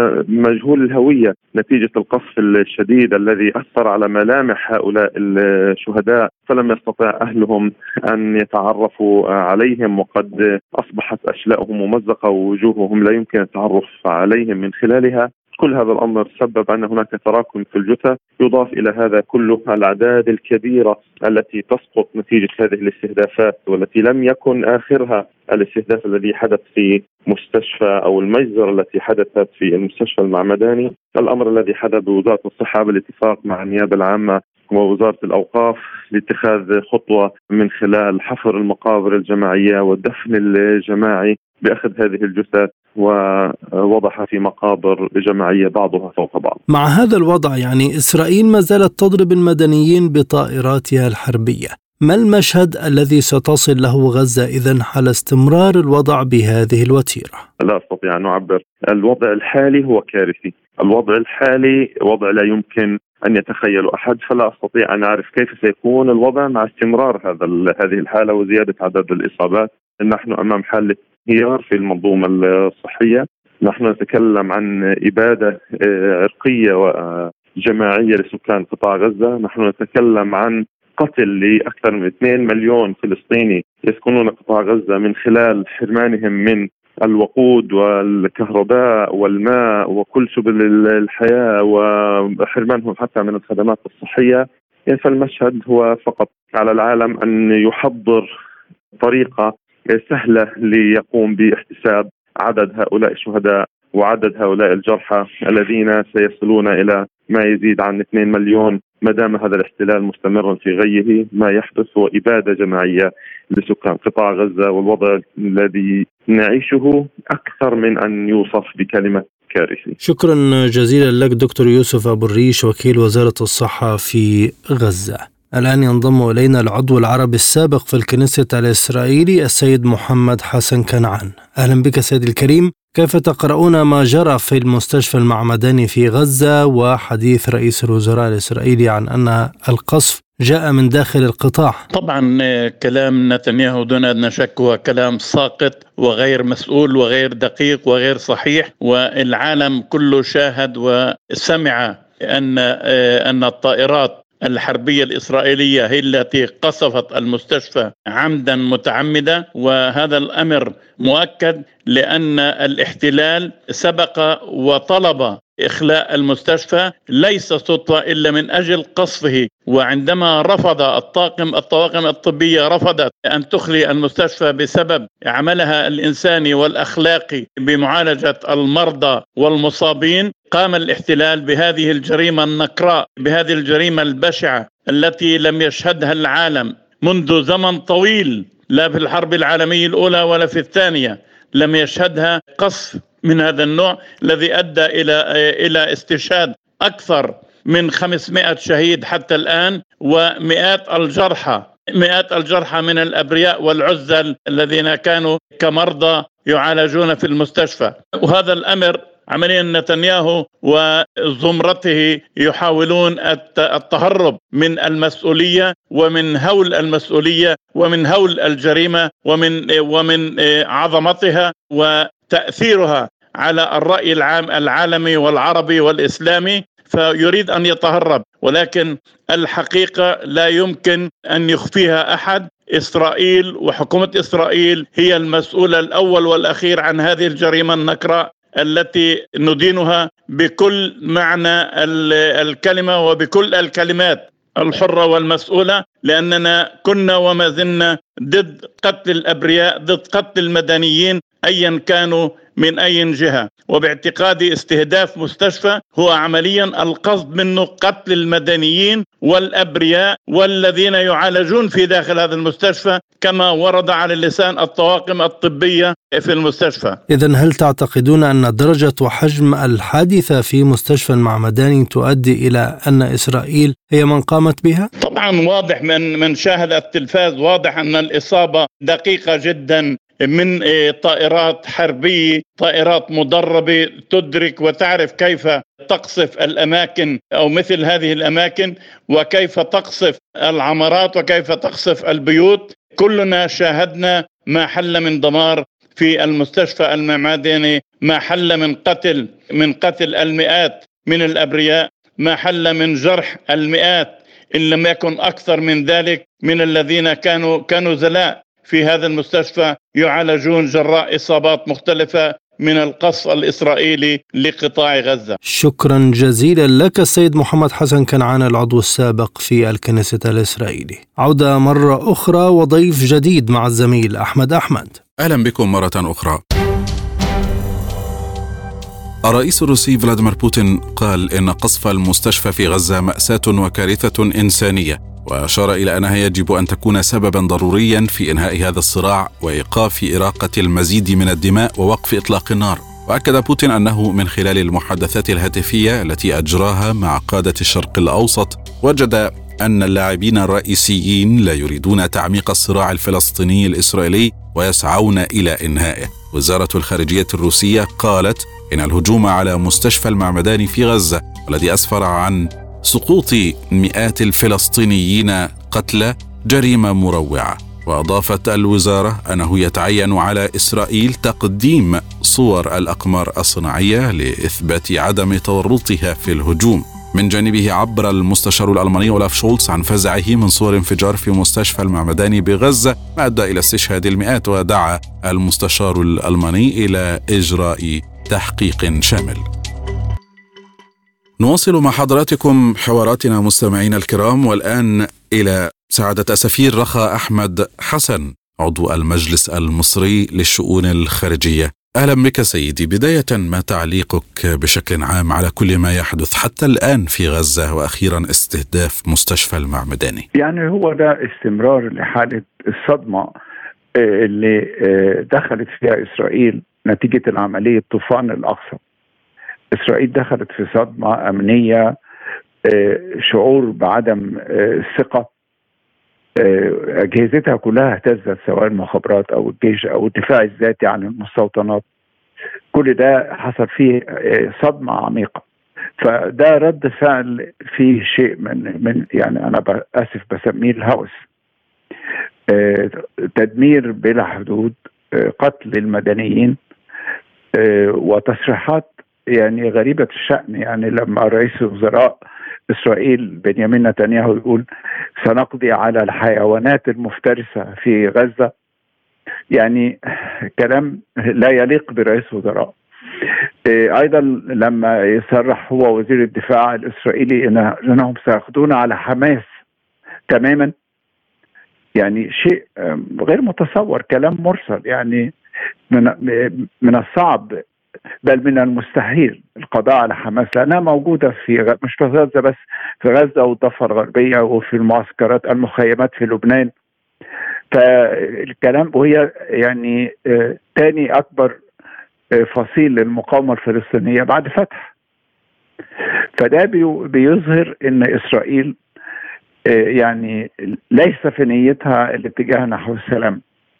مجهول الهوية نتيجة القصف الشديد الذي أثر على ملامح هؤلاء الشهداء، فلم يستطع أهلهم أن يتعرفوا عليهم، وقد أصبحت أشلاءهم ممزقة ووجوههم لا يمكن التعرف عليهم من خلالها. كل هذا الأمر سبب أن هناك تراكم في الجثث. يضاف إلى هذا كله الأعداد الكبيرة التي تسقط نتيجة هذه الاستهدافات، والتي لم يكن آخرها الاستهداف الذي حدث في مستشفى أو المجزرة التي حدثت في المستشفى المعمداني. الأمر الذي حدث بوزارة الصحة بالاتفاق مع النيابة العامة ووزارة الأوقاف لاتخاذ خطوة من خلال حفر المقابر الجماعية والدفن الجماعي بأخذ هذه الجثث ووضعها في مقابر جماعية بعضها فوق بعض. مع هذا الوضع يعني إسرائيل ما زالت تضرب المدنيين بطائراتها الحربية. ما المشهد الذي ستصل له غزة إذن حال استمرار الوضع بهذه الوتيرة؟ لا أستطيع أن أعبر. الوضع الحالي هو كارثي. الوضع الحالي وضع لا يمكن أن يتخيل أحد، فلا أستطيع أن أعرف كيف سيكون الوضع مع استمرار هذا هذه الحالة وزيادة عدد الإصابات. نحن أمام حالة انهيار في المنظومة الصحية. نحن نتكلم عن إبادة عرقية وجماعية لسكان قطاع غزة. نحن نتكلم عن قتل لأكثر من اثنين مليون فلسطيني يسكنون قطاع غزة من خلال حرمانهم من الوقود والكهرباء والماء وكل سبل الحياة، وحرمانهم حتى من الخدمات الصحية. فالمشهد هو فقط على العالم أن يحضر طريقة سهلة ليقوم باحتساب عدد هؤلاء الشهداء وعدد هؤلاء الجرحى الذين سيصلون إلى ما يزيد عن اثنين مليون. ما دام هذا الاحتلال مستمرا في غيه، ما يحدث هو إبادة جماعية لسكان قطاع غزة، والوضع الذي نعيشه أكثر من أن يوصف بكلمة كارثي. شكرا جزيلا لك دكتور يوسف أبو الريش، وكيل وزارة الصحة في غزة. الآن ينضم إلينا العضو العربي السابق في الكنيست الإسرائيلي السيد محمد حسن كنعان. أهلا بك سيد الكريم. كيف تقرؤون ما جرى في المستشفى المعمداني في غزة وحديث رئيس الوزراء الإسرائيلي عن أن القصف جاء من داخل القطاع؟ طبعا كلام نتنياهو دون أدنى شك هو كلام ساقط وغير مسؤول وغير دقيق وغير صحيح، والعالم كله شاهد وسمع أن أن الطائرات الحربية الإسرائيلية هي التي قصفت المستشفى عمدا متعمدا، وهذا الأمر مؤكد لأن الاحتلال سبق وطلب إخلاء المستشفى ليس صدفة إلا من أجل قصفه. وعندما رفض الطاقم الطواقم الطبية رفضت أن تخلي المستشفى بسبب عملها الإنساني والأخلاقي بمعالجة المرضى والمصابين، قام الاحتلال بهذه الجريمة النكراء، بهذه الجريمة البشعة التي لم يشهدها العالم منذ زمن طويل، لا في الحرب العالمية الأولى ولا في الثانية لم يشهدها قصف من هذا النوع الذي أدى إلى إلى استشهاد أكثر من خمسمائة شهيد حتى الآن، ومئات الجرحى مئات الجرحى من الأبرياء والعزل الذين كانوا كمرضى يعالجون في المستشفى. وهذا الأمر عمليا نتنياهو وزمرته يحاولون التهرب من المسؤولية ومن هول المسؤولية ومن هول الجريمة ومن ومن عظمتها وتأثيرها على الرأي العام العالمي والعربي والإسلامي، فيريد أن يتهرب. ولكن الحقيقة لا يمكن أن يخفيها أحد. إسرائيل وحكومة إسرائيل هي المسؤولة الأول والأخير عن هذه الجريمة النكراء التي ندينها بكل معنى الكلمة وبكل الكلمات الحرة والمسؤولة، لأننا كنا وما زلنا ضد قتل الأبرياء، ضد قتل المدنيين أيا كانوا من أي جهة. وباعتقادي استهداف مستشفى هو عمليا القصد منه قتل المدنيين والأبرياء والذين يعالجون في داخل هذا المستشفى كما ورد على لسان الطواقم الطبية في المستشفى. إذن هل تعتقدون أن درجة وحجم الحادثة في مستشفى المعمداني تؤدي إلى أن إسرائيل هي من قامت بها؟ طبعا واضح من من شاهد التلفاز، واضح أن الإصابة دقيقة جدا من طائرات حربية، طائرات مدربة تدرك وتعرف كيف تقصف الأماكن أو مثل هذه الأماكن، وكيف تقصف العمارات وكيف تقصف البيوت. كلنا شاهدنا ما حل من دمار في المستشفى المعمداني، ما حل من قتل من قتل المئات من الأبرياء، ما حل من جرح المئات إن لم يكن أكثر من ذلك من الذين كانوا كانوا زلاء في هذا المستشفى يعالجون جراء إصابات مختلفة من القصف الإسرائيلي لقطاع غزة. شكرا جزيلا لك السيد محمد حسن كنعان، العضو السابق في الكنيست الإسرائيلي. عودة مرة أخرى وضيف جديد مع الزميل أحمد أحمد. أهلا بكم مرة أخرى. الرئيس الروسي فلاديمير بوتين قال إن قصف المستشفى في غزة مأساة وكارثة إنسانية، وأشار إلى أنها يجب أن تكون سببا ضروريا في إنهاء هذا الصراع وإيقاف إراقة المزيد من الدماء ووقف إطلاق النار. وأكد بوتين أنه من خلال المحادثات الهاتفية التي أجراها مع قادة الشرق الأوسط وجد أن اللاعبين الرئيسيين لا يريدون تعميق الصراع الفلسطيني الإسرائيلي ويسعون إلى إنهائه. وزارة الخارجية الروسية قالت إن الهجوم على مستشفى المعمداني في غزة والذي أسفر عن سقوط مئات الفلسطينيين قتلى جريمة مروعة. وأضافت الوزارة أنه يتعين على إسرائيل تقديم صور الأقمار الصناعية لإثبات عدم تورطها في الهجوم. من جانبه عبر المستشار الألماني أولاف شولتز عن فزعه من صور انفجار في مستشفى المعمداني بغزة ما أدى إلى استشهاد المئات، ودعا المستشار الألماني إلى إجراء تحقيق شامل. نواصل مع حضراتكم حواراتنا مستمعينا الكرام، والآن إلى سعادة السفير رخا أحمد حسن عضو المجلس المصري للشؤون الخارجية. أهلا بك سيدي. بداية، ما تعليقك بشكل عام على كل ما يحدث حتى الآن في غزة، وأخيرا استهداف مستشفى المعمداني؟ يعني هو ده استمرار لحالة الصدمة اللي دخلت فيها إسرائيل نتيجة العملية طوفان الأقصى. إسرائيل دخلت في صدمة أمنية، شعور بعدم الثقة، أجهزتها كلها اهتزت، سواء المخابرات أو الجيش أو الدفاع الذاتي عن المستوطنات. كل ده حصل فيه صدمة عميقة. فده رد فعل فيه شيء من من يعني أنا آسف بسميه الهوس، تدمير بلا حدود، قتل المدنيين، وتصريحات يعني غريبة الشأن. يعني لما رئيس وزراء إسرائيل بنيامين نتنياهو يقول سنقضي على الحيوانات المفترسة في غزة، يعني كلام لا يليق برئيس وزراء. أيضا لما يصرح هو وزير الدفاع الإسرائيلي إنهم سيأخذون على حماس تماما، يعني شيء غير متصور، كلام مرسل. يعني من من الصعب بل من المستحيل القضاء على حماس، لأنها موجودة في مش في غزة بس، في غزة والضفة الغربية وفي المعسكرات المخيمات في لبنان. فالكلام وهي يعني ثاني أكبر فصيل للمقاومة الفلسطينية بعد فتح. فده بيظهر أن إسرائيل يعني ليس في نيتها الاتجاه نحو السلام.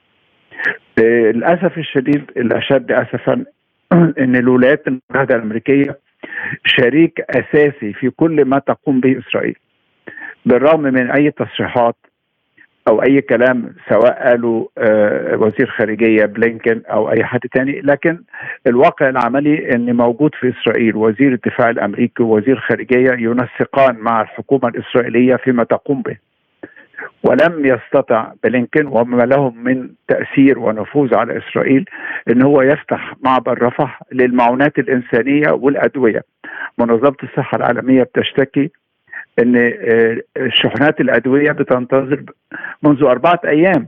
للأسف الشديد، الأشد أسفا، أن الولايات المتحدة الأمريكية شريك أساسي في كل ما تقوم به إسرائيل، بالرغم من أي تصريحات أو أي كلام سواء قالوا وزير خارجية بلينكن أو أي حد تاني. لكن الواقع العملي أن موجود في إسرائيل وزير الدفاع الأمريكي ووزير خارجية ينسقان مع الحكومة الإسرائيلية فيما تقوم به. ولم يستطع بلينكن وما لهم من تأثير ونفوذ على إسرائيل أن هو يفتح معبر رفح للمعونات الإنسانية والأدوية. منظمة الصحة العالمية بتشتكي أن شحنات الأدوية بتنتظر منذ أربعة أيام.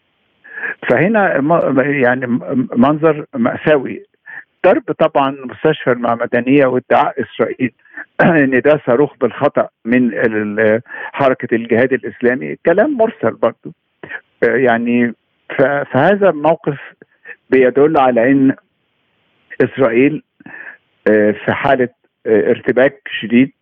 فهنا يعني منظر مأساوي. ضرب طبعا مستشفى المعمدانية وادعاء إسرائيل أن ده صاروخ بالخطأ من حركة الجهاد الإسلامي كلام مرسل برضو. يعني فهذا الموقف بيدل على أن إسرائيل في حالة ارتباك شديد،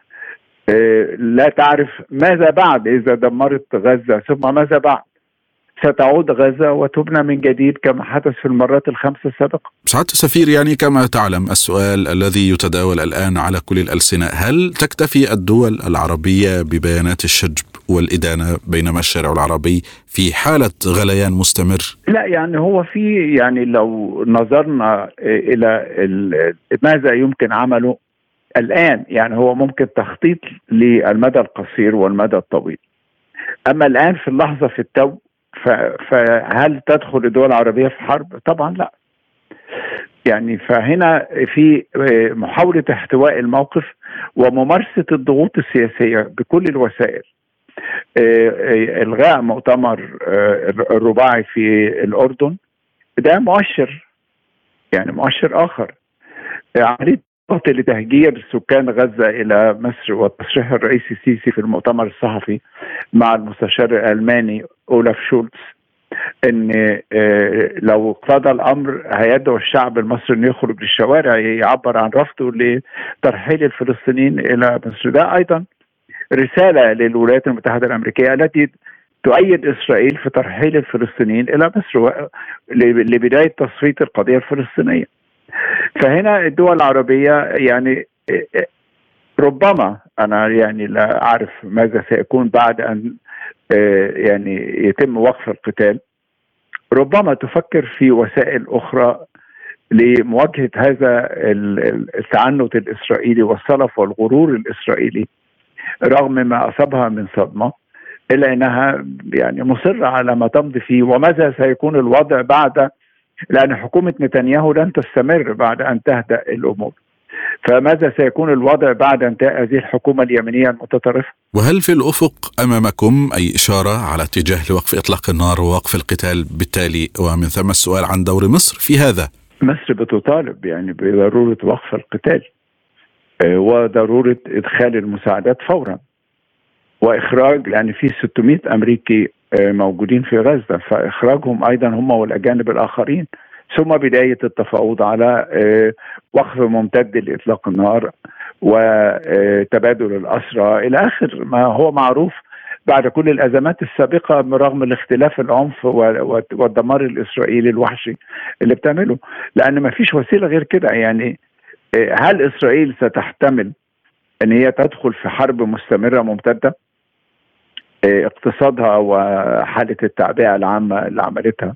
لا تعرف ماذا بعد. إذا دمرت غزة ثم ماذا بعد؟ ستعود غزة وتبنى من جديد كما حدث في المرات الخمسة السابقة. سعادة السفير، يعني كما تعلم السؤال الذي يتداول الآن على كل الألسنة: هل تكتفي الدول العربية ببيانات الشجب والإدانة بينما الشارع العربي في حالة غليان مستمر؟ لا، يعني هو في يعني لو نظرنا إلى ماذا يمكن عمله الآن، يعني هو ممكن تخطيط للمدى القصير والمدى الطويل. أما الآن في اللحظة في التو، فهل تدخل الدول العربية في حرب؟ طبعا لا. يعني فهنا في محاولة احتواء الموقف وممارسة الضغوط السياسية بكل الوسائل. إلغاء مؤتمر الرباعي في الأردن ده مؤشر، يعني مؤشر آخر. عملية لتهجير سكان غزة إلى مصر وتصريح الرئيس السيسي في المؤتمر الصحفي مع المستشار الألماني أولاف شولتز أن لو اقتضى الأمر هيدعو الشعب المصري أن يخرج للشوارع يعبر عن رفضه لترحيل الفلسطينيين إلى مصر. ده أيضا رسالة للولايات المتحدة الأمريكية التي تؤيد إسرائيل في ترحيل الفلسطينيين إلى مصر لبداية تصفية القضية الفلسطينية. فهنا الدول العربية يعني ربما، أنا يعني لا أعرف ماذا سيكون بعد أن يعني يتم وقف القتال، ربما تفكر في وسائل أخرى لمواجهة هذا التعنت الإسرائيلي والصلف والغرور الإسرائيلي رغم ما أصابها من صدمة، إلا أنها يعني مصرة على ما تمضي فيه. وماذا سيكون الوضع بعد، لأن حكومة نتنياهو لن تستمر بعد أن تهدأ الأمور، فماذا سيكون الوضع بعد انتهاء هذه الحكومة اليمنية المتطرفة؟ وهل في الأفق أمامكم أي إشارة على اتجاه لوقف إطلاق النار ووقف القتال بالتالي؟ ومن ثم السؤال عن دور مصر في هذا. مصر بتطالب يعني بضرورة وقف القتال وضرورة إدخال المساعدات فورا وإخراج، لأن في ستمائة أمريكي موجودين في غزة، فإخراجهم أيضا هم والأجانب الآخرين، ثم بداية التفاوض على وقف ممتد لإطلاق النار وتبادل الأسرى إلى آخر ما هو معروف بعد كل الأزمات السابقة برغم الاختلاف العنف والدمار الإسرائيلي الوحشي اللي بتعمله، لأن ما فيش وسيلة غير كده. يعني هل إسرائيل ستحتمل أن هي تدخل في حرب مستمرة ممتدة؟ اقتصادها وحالة التعبئة العامة اللي عملتها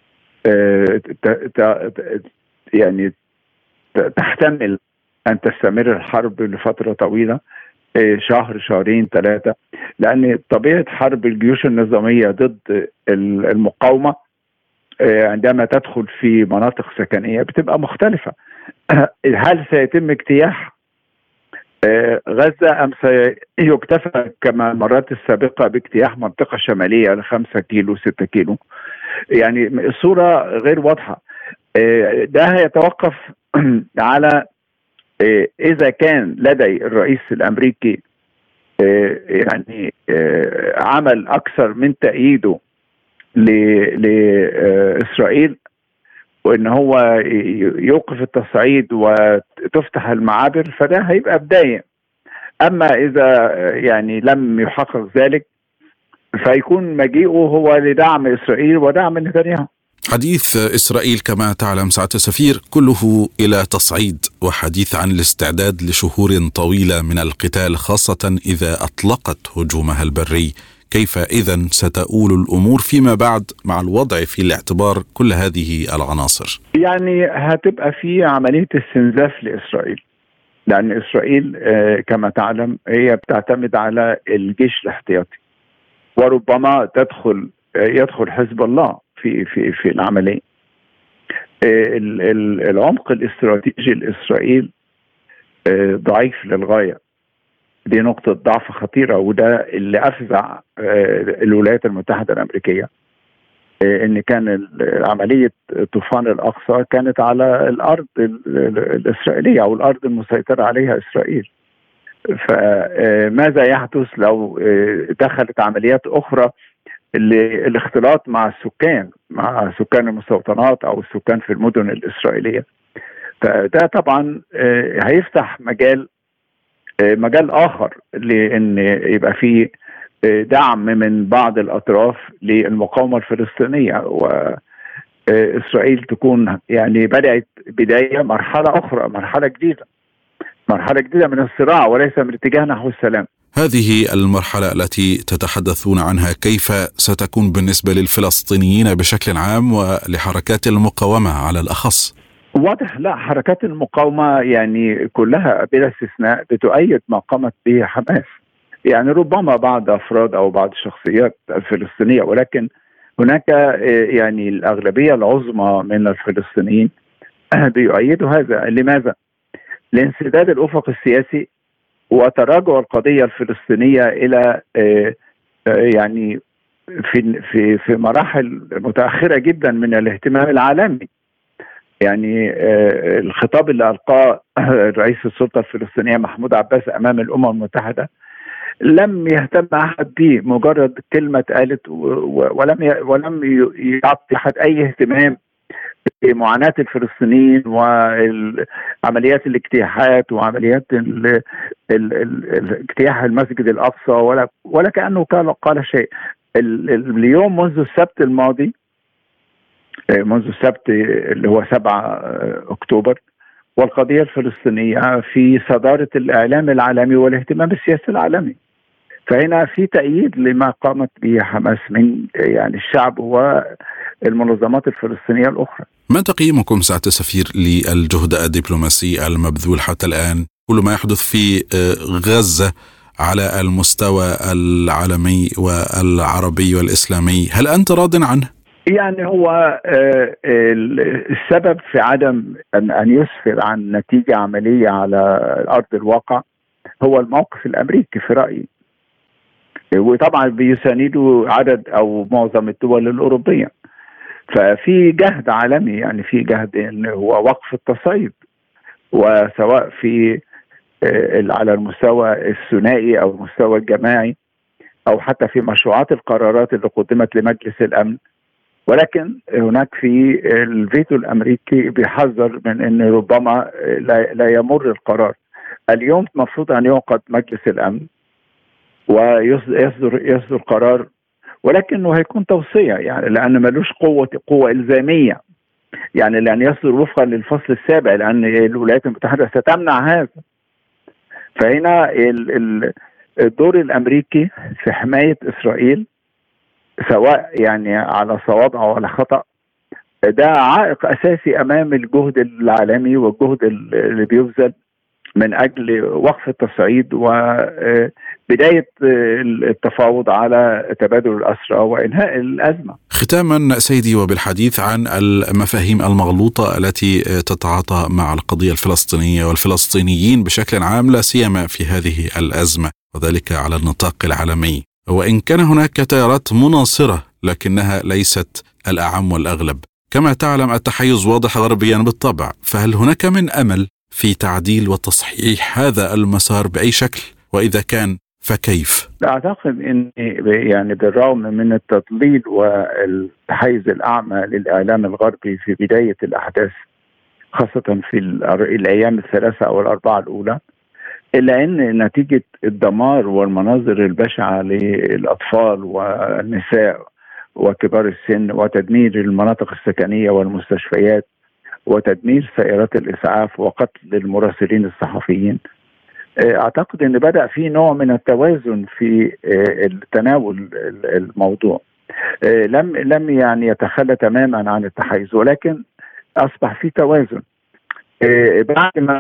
يعني تحتمل أن تستمر الحرب لفترة طويلة، شهر شهرين ثلاثة، لأن طبيعة حرب الجيوش النظامية ضد المقاومة عندما تدخل في مناطق سكنية بتبقى مختلفة. هل سيتم اجتياح غزة أم سيكتفى كما المرات السابقة باجتياح منطقة شمالية لخمسة كيلو ستة كيلو؟ يعني الصورة غير واضحة. ده هيتوقف على إذا كان لدي الرئيس الأمريكي يعني عمل أكثر من تأييده لإسرائيل وإن هو يوقف التصعيد وتفتح المعابر، فده هيبقى بداية. أما إذا يعني لم يحقق ذلك فيكون مجيئه هو لدعم إسرائيل ودعم نتنياهو. حديث إسرائيل كما تعلم سعادة السفير كله إلى تصعيد وحديث عن الاستعداد لشهور طويلة من القتال، خاصة إذا أطلقت هجومها البري. كيف إذن ستؤول الأمور فيما بعد مع الوضع في الاعتبار كل هذه العناصر؟ يعني هتبقى في عملية استنزاف لإسرائيل، لأن إسرائيل كما تعلم هي بتعتمد على الجيش الاحتياطي، وربما تدخل يدخل حزب الله في في في العملية. العمق الاستراتيجي لإسرائيل ضعيف للغاية، دي نقطة ضعف خطيرة، وده اللي أفزع الولايات المتحدة الأمريكية، إن كان عملية طوفان الأقصى كانت على الأرض الإسرائيلية أو الأرض المسيطرة عليها إسرائيل. فماذا يحدث لو دخلت عمليات أخرى الاختلاط مع السكان مع سكان المستوطنات أو السكان في المدن الإسرائيلية؟ فده طبعا هيفتح مجال مجال آخر لأن يبقى فيه دعم من بعض الأطراف للمقاومة الفلسطينية، وإسرائيل تكون يعني بدأت بداية مرحلة أخرى، مرحلة جديدة مرحلة جديدة من الصراع وليس من اتجاه نحو السلام. هذه المرحلة التي تتحدثون عنها كيف ستكون بالنسبة للفلسطينيين بشكل عام ولحركات المقاومة على الأخص؟ واضح لا، حركات المقاومة يعني كلها بلا استثناء بتؤيد ما قامت به حماس، يعني ربما بعض أفراد أو بعض الشخصيات الفلسطينية، ولكن هناك يعني الأغلبية العظمى من الفلسطينيين بيؤيدوا هذا. لماذا؟ لانسداد الأفق السياسي وتراجع القضية الفلسطينية إلى يعني في في في مراحل متأخرة جدا من الاهتمام العالمي. يعني الخطاب اللي ألقاه رئيس السلطة الفلسطينية محمود عباس أمام الأمم المتحدة لم يهتم أحد به، مجرد كلمة قالت ولم ولم يعطي أحد أي اهتمام بمعاناة الفلسطينيين وعمليات الاجتياحات وعمليات اجتياح المسجد الأقصى، ولا ولا كأنه قال شيء. اليوم منذ السبت الماضي، منذ السبت اللي هو سبعة أكتوبر، والقضية الفلسطينية في صدارة الإعلام العالمي والاهتمام السياسي العالمي. فهنا في تأييد لما قامت به حماس من يعني الشعب والمنظمات الفلسطينية الأخرى. ما تقييمكم سعادة السفير للجهد الدبلوماسي المبذول حتى الآن، كل ما يحدث في غزة على المستوى العالمي والعربي والإسلامي، هل أنت راض عنه؟ يعني هو السبب في عدم أن يسفر عن نتيجة عملية على أرض الواقع هو الموقف الأمريكي في رأيي، وطبعا بيسانده عدد أو معظم الدول الأوروبية. ففي جهد عالمي، يعني في جهد إن هو وقف التصعيد، وسواء في على المستوى الثنائي أو المستوى الجماعي أو حتى في مشروعات القرارات اللي قدمت لمجلس الأمن. ولكن هناك في الفيتو الأمريكي بيحذر من أن ربما لا, لا يمر القرار. اليوم مفروض أن يعقد مجلس الأمن ويصدر يصدر قرار، ولكنه هيكون توصية، يعني لأن ملوش قوة قوة إلزامية، يعني لأن يصدر وفقا للفصل السابع، لأن الولايات المتحدة ستمنع هذا. فهنا الدور الأمريكي في حماية إسرائيل سواء يعني على صواب أو على خطأ ده عائق أساسي أمام الجهد العالمي والجهد اللي بيبذل من أجل وقف التصعيد وبداية التفاوض على تبادل الأسرى وإنهاء الأزمة. ختاما سيدي، وبالحديث عن المفاهيم المغلوطة التي تتعاطى مع القضية الفلسطينية والفلسطينيين بشكل عام، لا سيما في هذه الأزمة وذلك على النطاق العالمي، وإن كان هناك تيارات مناصرة لكنها ليست الأعم والأغلب. كما تعلم التحيز واضح غربيا بالطبع، فهل هناك من أمل في تعديل وتصحيح هذا المسار بأي شكل؟ وإذا كان فكيف؟ أعتقد أن يعني بالرغم من التضليل والتحيز الأعمى للإعلام الغربي في بداية الأحداث خاصة في الأيام الثلاثة أو الأربعة الأولى، إلا أن نتيجة الدمار والمناظر البشعة للأطفال والنساء وكبار السن وتدمير المناطق السكنية والمستشفيات وتدمير سيارات الإسعاف وقتل المراسلين الصحفيين، أعتقد أن بدأ في نوع من التوازن في التناول الموضوع. لم لم يعني يتخلى تماما عن التحيز، ولكن أصبح في توازن. بعد ما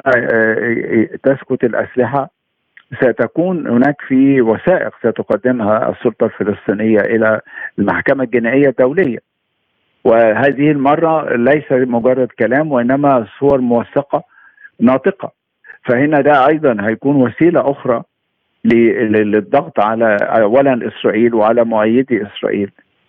تسكت الأسلحة ستكون هناك في وثائق ستقدمها السلطة الفلسطينية إلى المحكمة الجنائية الدولية، وهذه المرة ليس مجرد كلام وإنما صور موثقة ناطقة. فهنا ده أيضا هيكون وسيلة أخرى للضغط على أولا إسرائيل وعلى مؤيدي إسرائيل.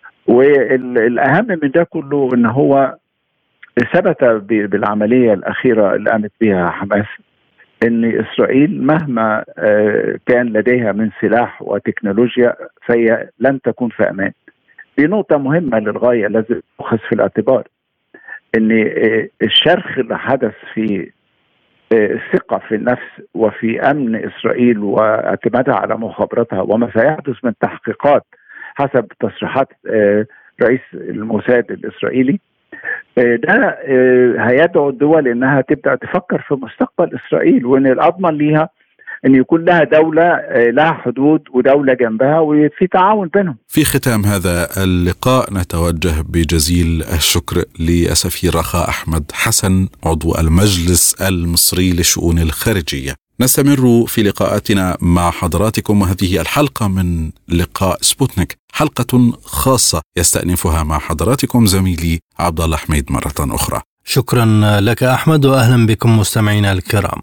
والأهم من ده كله إن هو ثبت بالعملية الأخيرة اللي قامت بها حماس إن إسرائيل مهما كان لديها من سلاح وتكنولوجيا فهي لن تكون في أمان. دي نقطة مهمة للغاية لازم تؤخذ في الاعتبار، إن الشرخ اللي حدث في الثقة في النفس وفي أمن إسرائيل واعتمادها على مخابراتها وما سيحدث من تحقيقات حسب تصريحات رئيس الموساد الإسرائيلي، ده هيدعو الدول إنها تبدأ تفكر في مستقبل إسرائيل، وإن الأضمن ليها أن يكون لها دولة لها حدود ودولة جنبها وفي تعاون بينهم. في ختام هذا اللقاء نتوجه بجزيل الشكر لسفير رخاء أحمد حسن عضو المجلس المصري للشؤون الخارجية. نستمر في لقاءاتنا مع حضراتكم، وهذه الحلقة من لقاء سبوتنيك، حلقة خاصة يستأنفها مع حضراتكم زميلي عبد الله حميد مرة أخرى. شكرا لك أحمد، وأهلا بكم مستمعينا الكرام.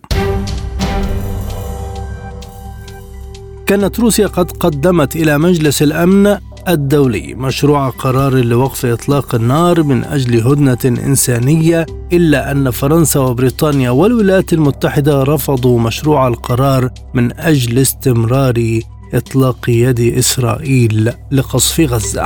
كانت روسيا قد قدمت إلى مجلس الأمن الدولي مشروع قرار لوقف إطلاق النار من أجل هدنة إنسانية، إلا أن فرنسا وبريطانيا والولايات المتحدة رفضوا مشروع القرار من أجل استمرار إطلاق يد إسرائيل لقصف غزة.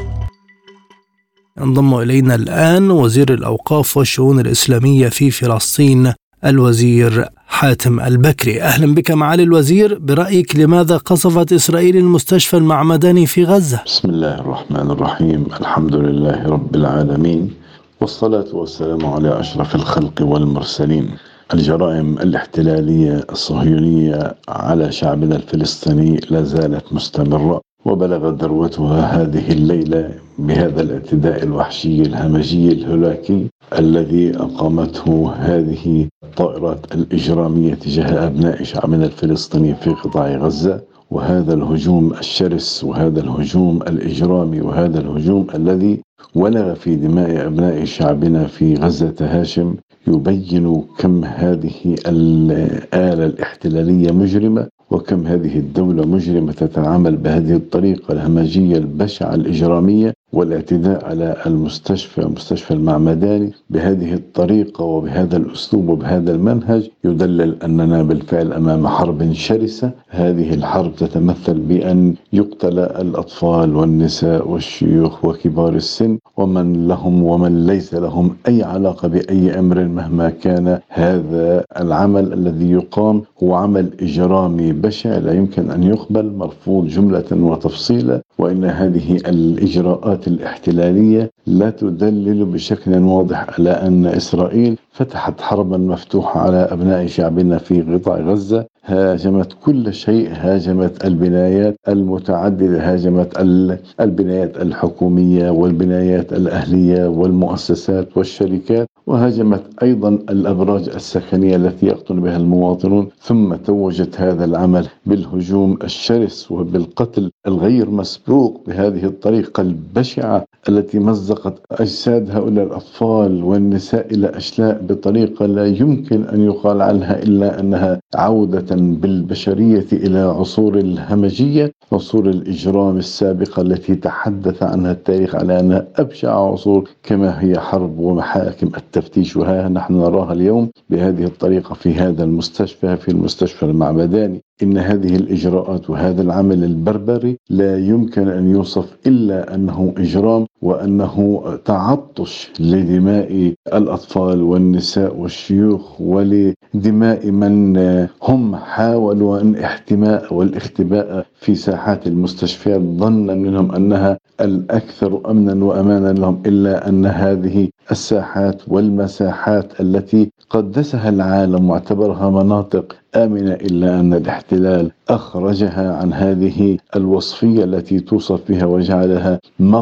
انضم إلينا الآن وزير الأوقاف والشؤون الإسلامية في فلسطين الوزير حاتم البكري. أهلا بك معالي الوزير. برأيك لماذا قصفت إسرائيل المستشفى المعمداني في غزة؟ بسم الله الرحمن الرحيم، الحمد لله رب العالمين، والصلاة والسلام على أشرف الخلق والمرسلين. الجرائم الاحتلالية الصهيونية على شعبنا الفلسطيني لا زالت مستمرة، وبلغت ذروتها هذه الليلة بهذا الاعتداء الوحشي الهمجي الهلاكي الذي أقامته هذه الطائرات الإجرامية تجاه أبناء شعبنا الفلسطيني في قطاع غزة. وهذا الهجوم الشرس وهذا الهجوم الإجرامي وهذا الهجوم الذي ولغ في دماء أبناء شعبنا في غزة هاشم يبين كم هذه الآلة الاحتلالية مجرمة، وكم هذه الدولة مجرمة تتعامل بهذه الطريقة الهمجية البشعة الإجرامية والاعتداء على المستشفى مستشفى المعمداني بهذه الطريقة وبهذا الأسلوب وبهذا المنهج يدلل أننا بالفعل أمام حرب شرسة. هذه الحرب تتمثل بأن يقتل الأطفال والنساء والشيوخ وكبار السن ومن لهم ومن ليس لهم أي علاقة بأي أمر مهما كان. هذا العمل الذي يقام هو عمل إجرامي بشع لا يمكن أن يقبل، مرفوض جملة وتفصيلا. وإن هذه الإجراءات الاحتلالية لا تدلل بشكل واضح على أن إسرائيل فتحت حربا مفتوحة على أبناء شعبنا في قطاع غزة، هاجمت كل شيء، هاجمت البنايات المتعددة، هاجمت البنايات الحكومية والبنايات الأهلية والمؤسسات والشركات، وهاجمت أيضا الأبراج السكنية التي يقطن بها المواطنون. ثم توجت هذا العمل بالهجوم الشرس وبالقتل الغير مسبوق بهذه الطريقة البشعة التي مزقت أجساد هؤلاء الأطفال والنساء إلى أشلاء بطريقة لا يمكن أن يقال عنها إلا أنها عودة بالبشرية إلى عصور الهمجية، عصور الإجرام السابقة التي تحدث عنها التاريخ على أنها أبشع عصور، كما هي حرب ومحاكم التفتيش. وها نحن نراها اليوم بهذه الطريقة في هذا المستشفى، في المستشفى المعمداني. إن هذه الإجراءات وهذا العمل البربري لا يمكن أن يوصف إلا أنه إجرام وأنه تعطش لدماء الأطفال والنساء والشيوخ ولدماء من هم حاولوا أن احتماء والاختباء في ساحات المستشفيات ظنا منهم أنها الأكثر أمنا وأمانا لهم، إلا أن هذه الساحات والمساحات التي قدسها العالم واعتبرها مناطق آمنة إلا أن الاحتلال أخرجها عن هذه الوصفية التي توصف بها وجعلها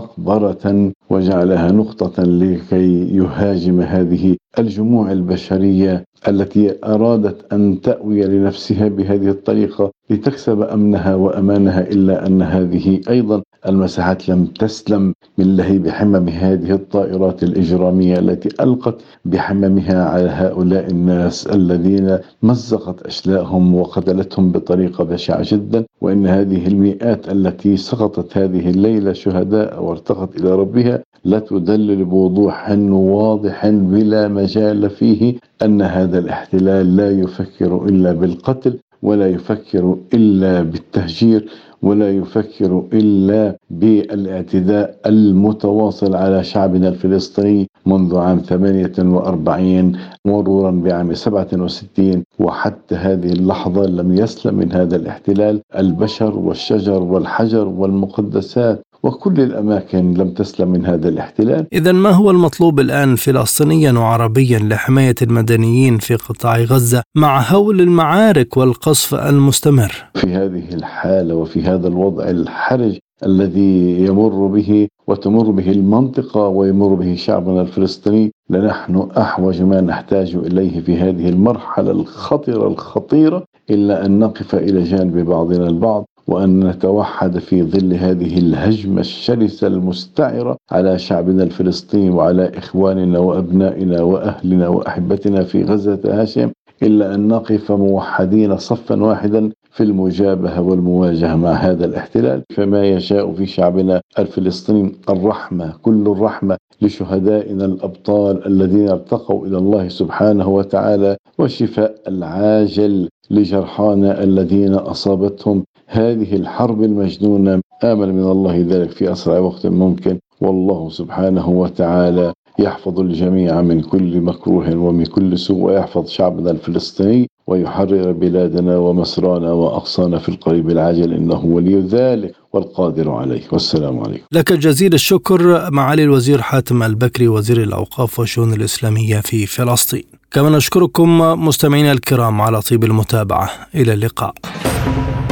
مقبرة وجعلها نقطة لكي يهاجم هذه الجموع البشرية التي أرادت أن تأوي لنفسها بهذه الطريقة لتكسب أمنها وأمانها. إلا أن هذه أيضا المساحات لم تسلم من لهيب حمم هذه الطائرات الإجرامية التي ألقت بحممها على هؤلاء الناس الذين مزقت أشلاءهم وقتلتهم بطريقة بشعة جدا. وإن هذه المئات التي سقطت هذه الليلة شهداء وارتقت إلى ربها لا تدلل بوضوح واضح بلا مجال فيه أن هذا الاحتلال لا يفكر إلا بالقتل، ولا يفكر إلا بالتهجير، ولا يفكر إلا بالاعتداء المتواصل على شعبنا الفلسطيني منذ عام ثمانية وأربعين مرورا بعام سبعة وستين، وحتى هذه اللحظة لم يسلم من هذا الاحتلال البشر والشجر والحجر والمقدسات، وكل الأماكن لم تسلم من هذا الاحتلال. إذن ما هو المطلوب الآن فلسطينيا وعربيا لحماية المدنيين في قطاع غزة مع هول المعارك والقصف المستمر؟ في هذه الحالة وفي هذا الوضع الحرج الذي يمر به وتمر به المنطقة ويمر به شعبنا الفلسطيني، لنحن أحوج ما نحتاج إليه في هذه المرحلة الخطرة الخطيرة إلا أن نقف إلى جانب بعضنا البعض، وأن نتوحد في ظل هذه الهجمة الشرسة المستعرة على شعبنا الفلسطيني وعلى إخواننا وأبنائنا وأهلنا وأحبتنا في غزة هاشم، إلا أن نقف موحدين صفا واحدا في المجابهة والمواجهة مع هذا الاحتلال. فما يشاء في شعبنا الفلسطيني الرحمة، كل الرحمة لشهدائنا الأبطال الذين ارتقوا إلى الله سبحانه وتعالى، والشفاء العاجل لجرحانا الذين أصابتهم هذه الحرب المجنونة. آمل من الله ذلك في أسرع وقت ممكن، والله سبحانه وتعالى يحفظ الجميع من كل مكروه ومن كل سوء، ويحفظ شعبنا الفلسطيني ويحرر بلادنا ومسرانا وأقصانا في القريب العاجل، إنه ولي ذلك والقادر عليه. والسلام عليكم. لك جزيل الشكر معالي الوزير حاتم البكري وزير الأوقاف والشؤون الإسلامية في فلسطين. كما نشكركم مستمعينا الكرام على طيب المتابعة. إلى اللقاء.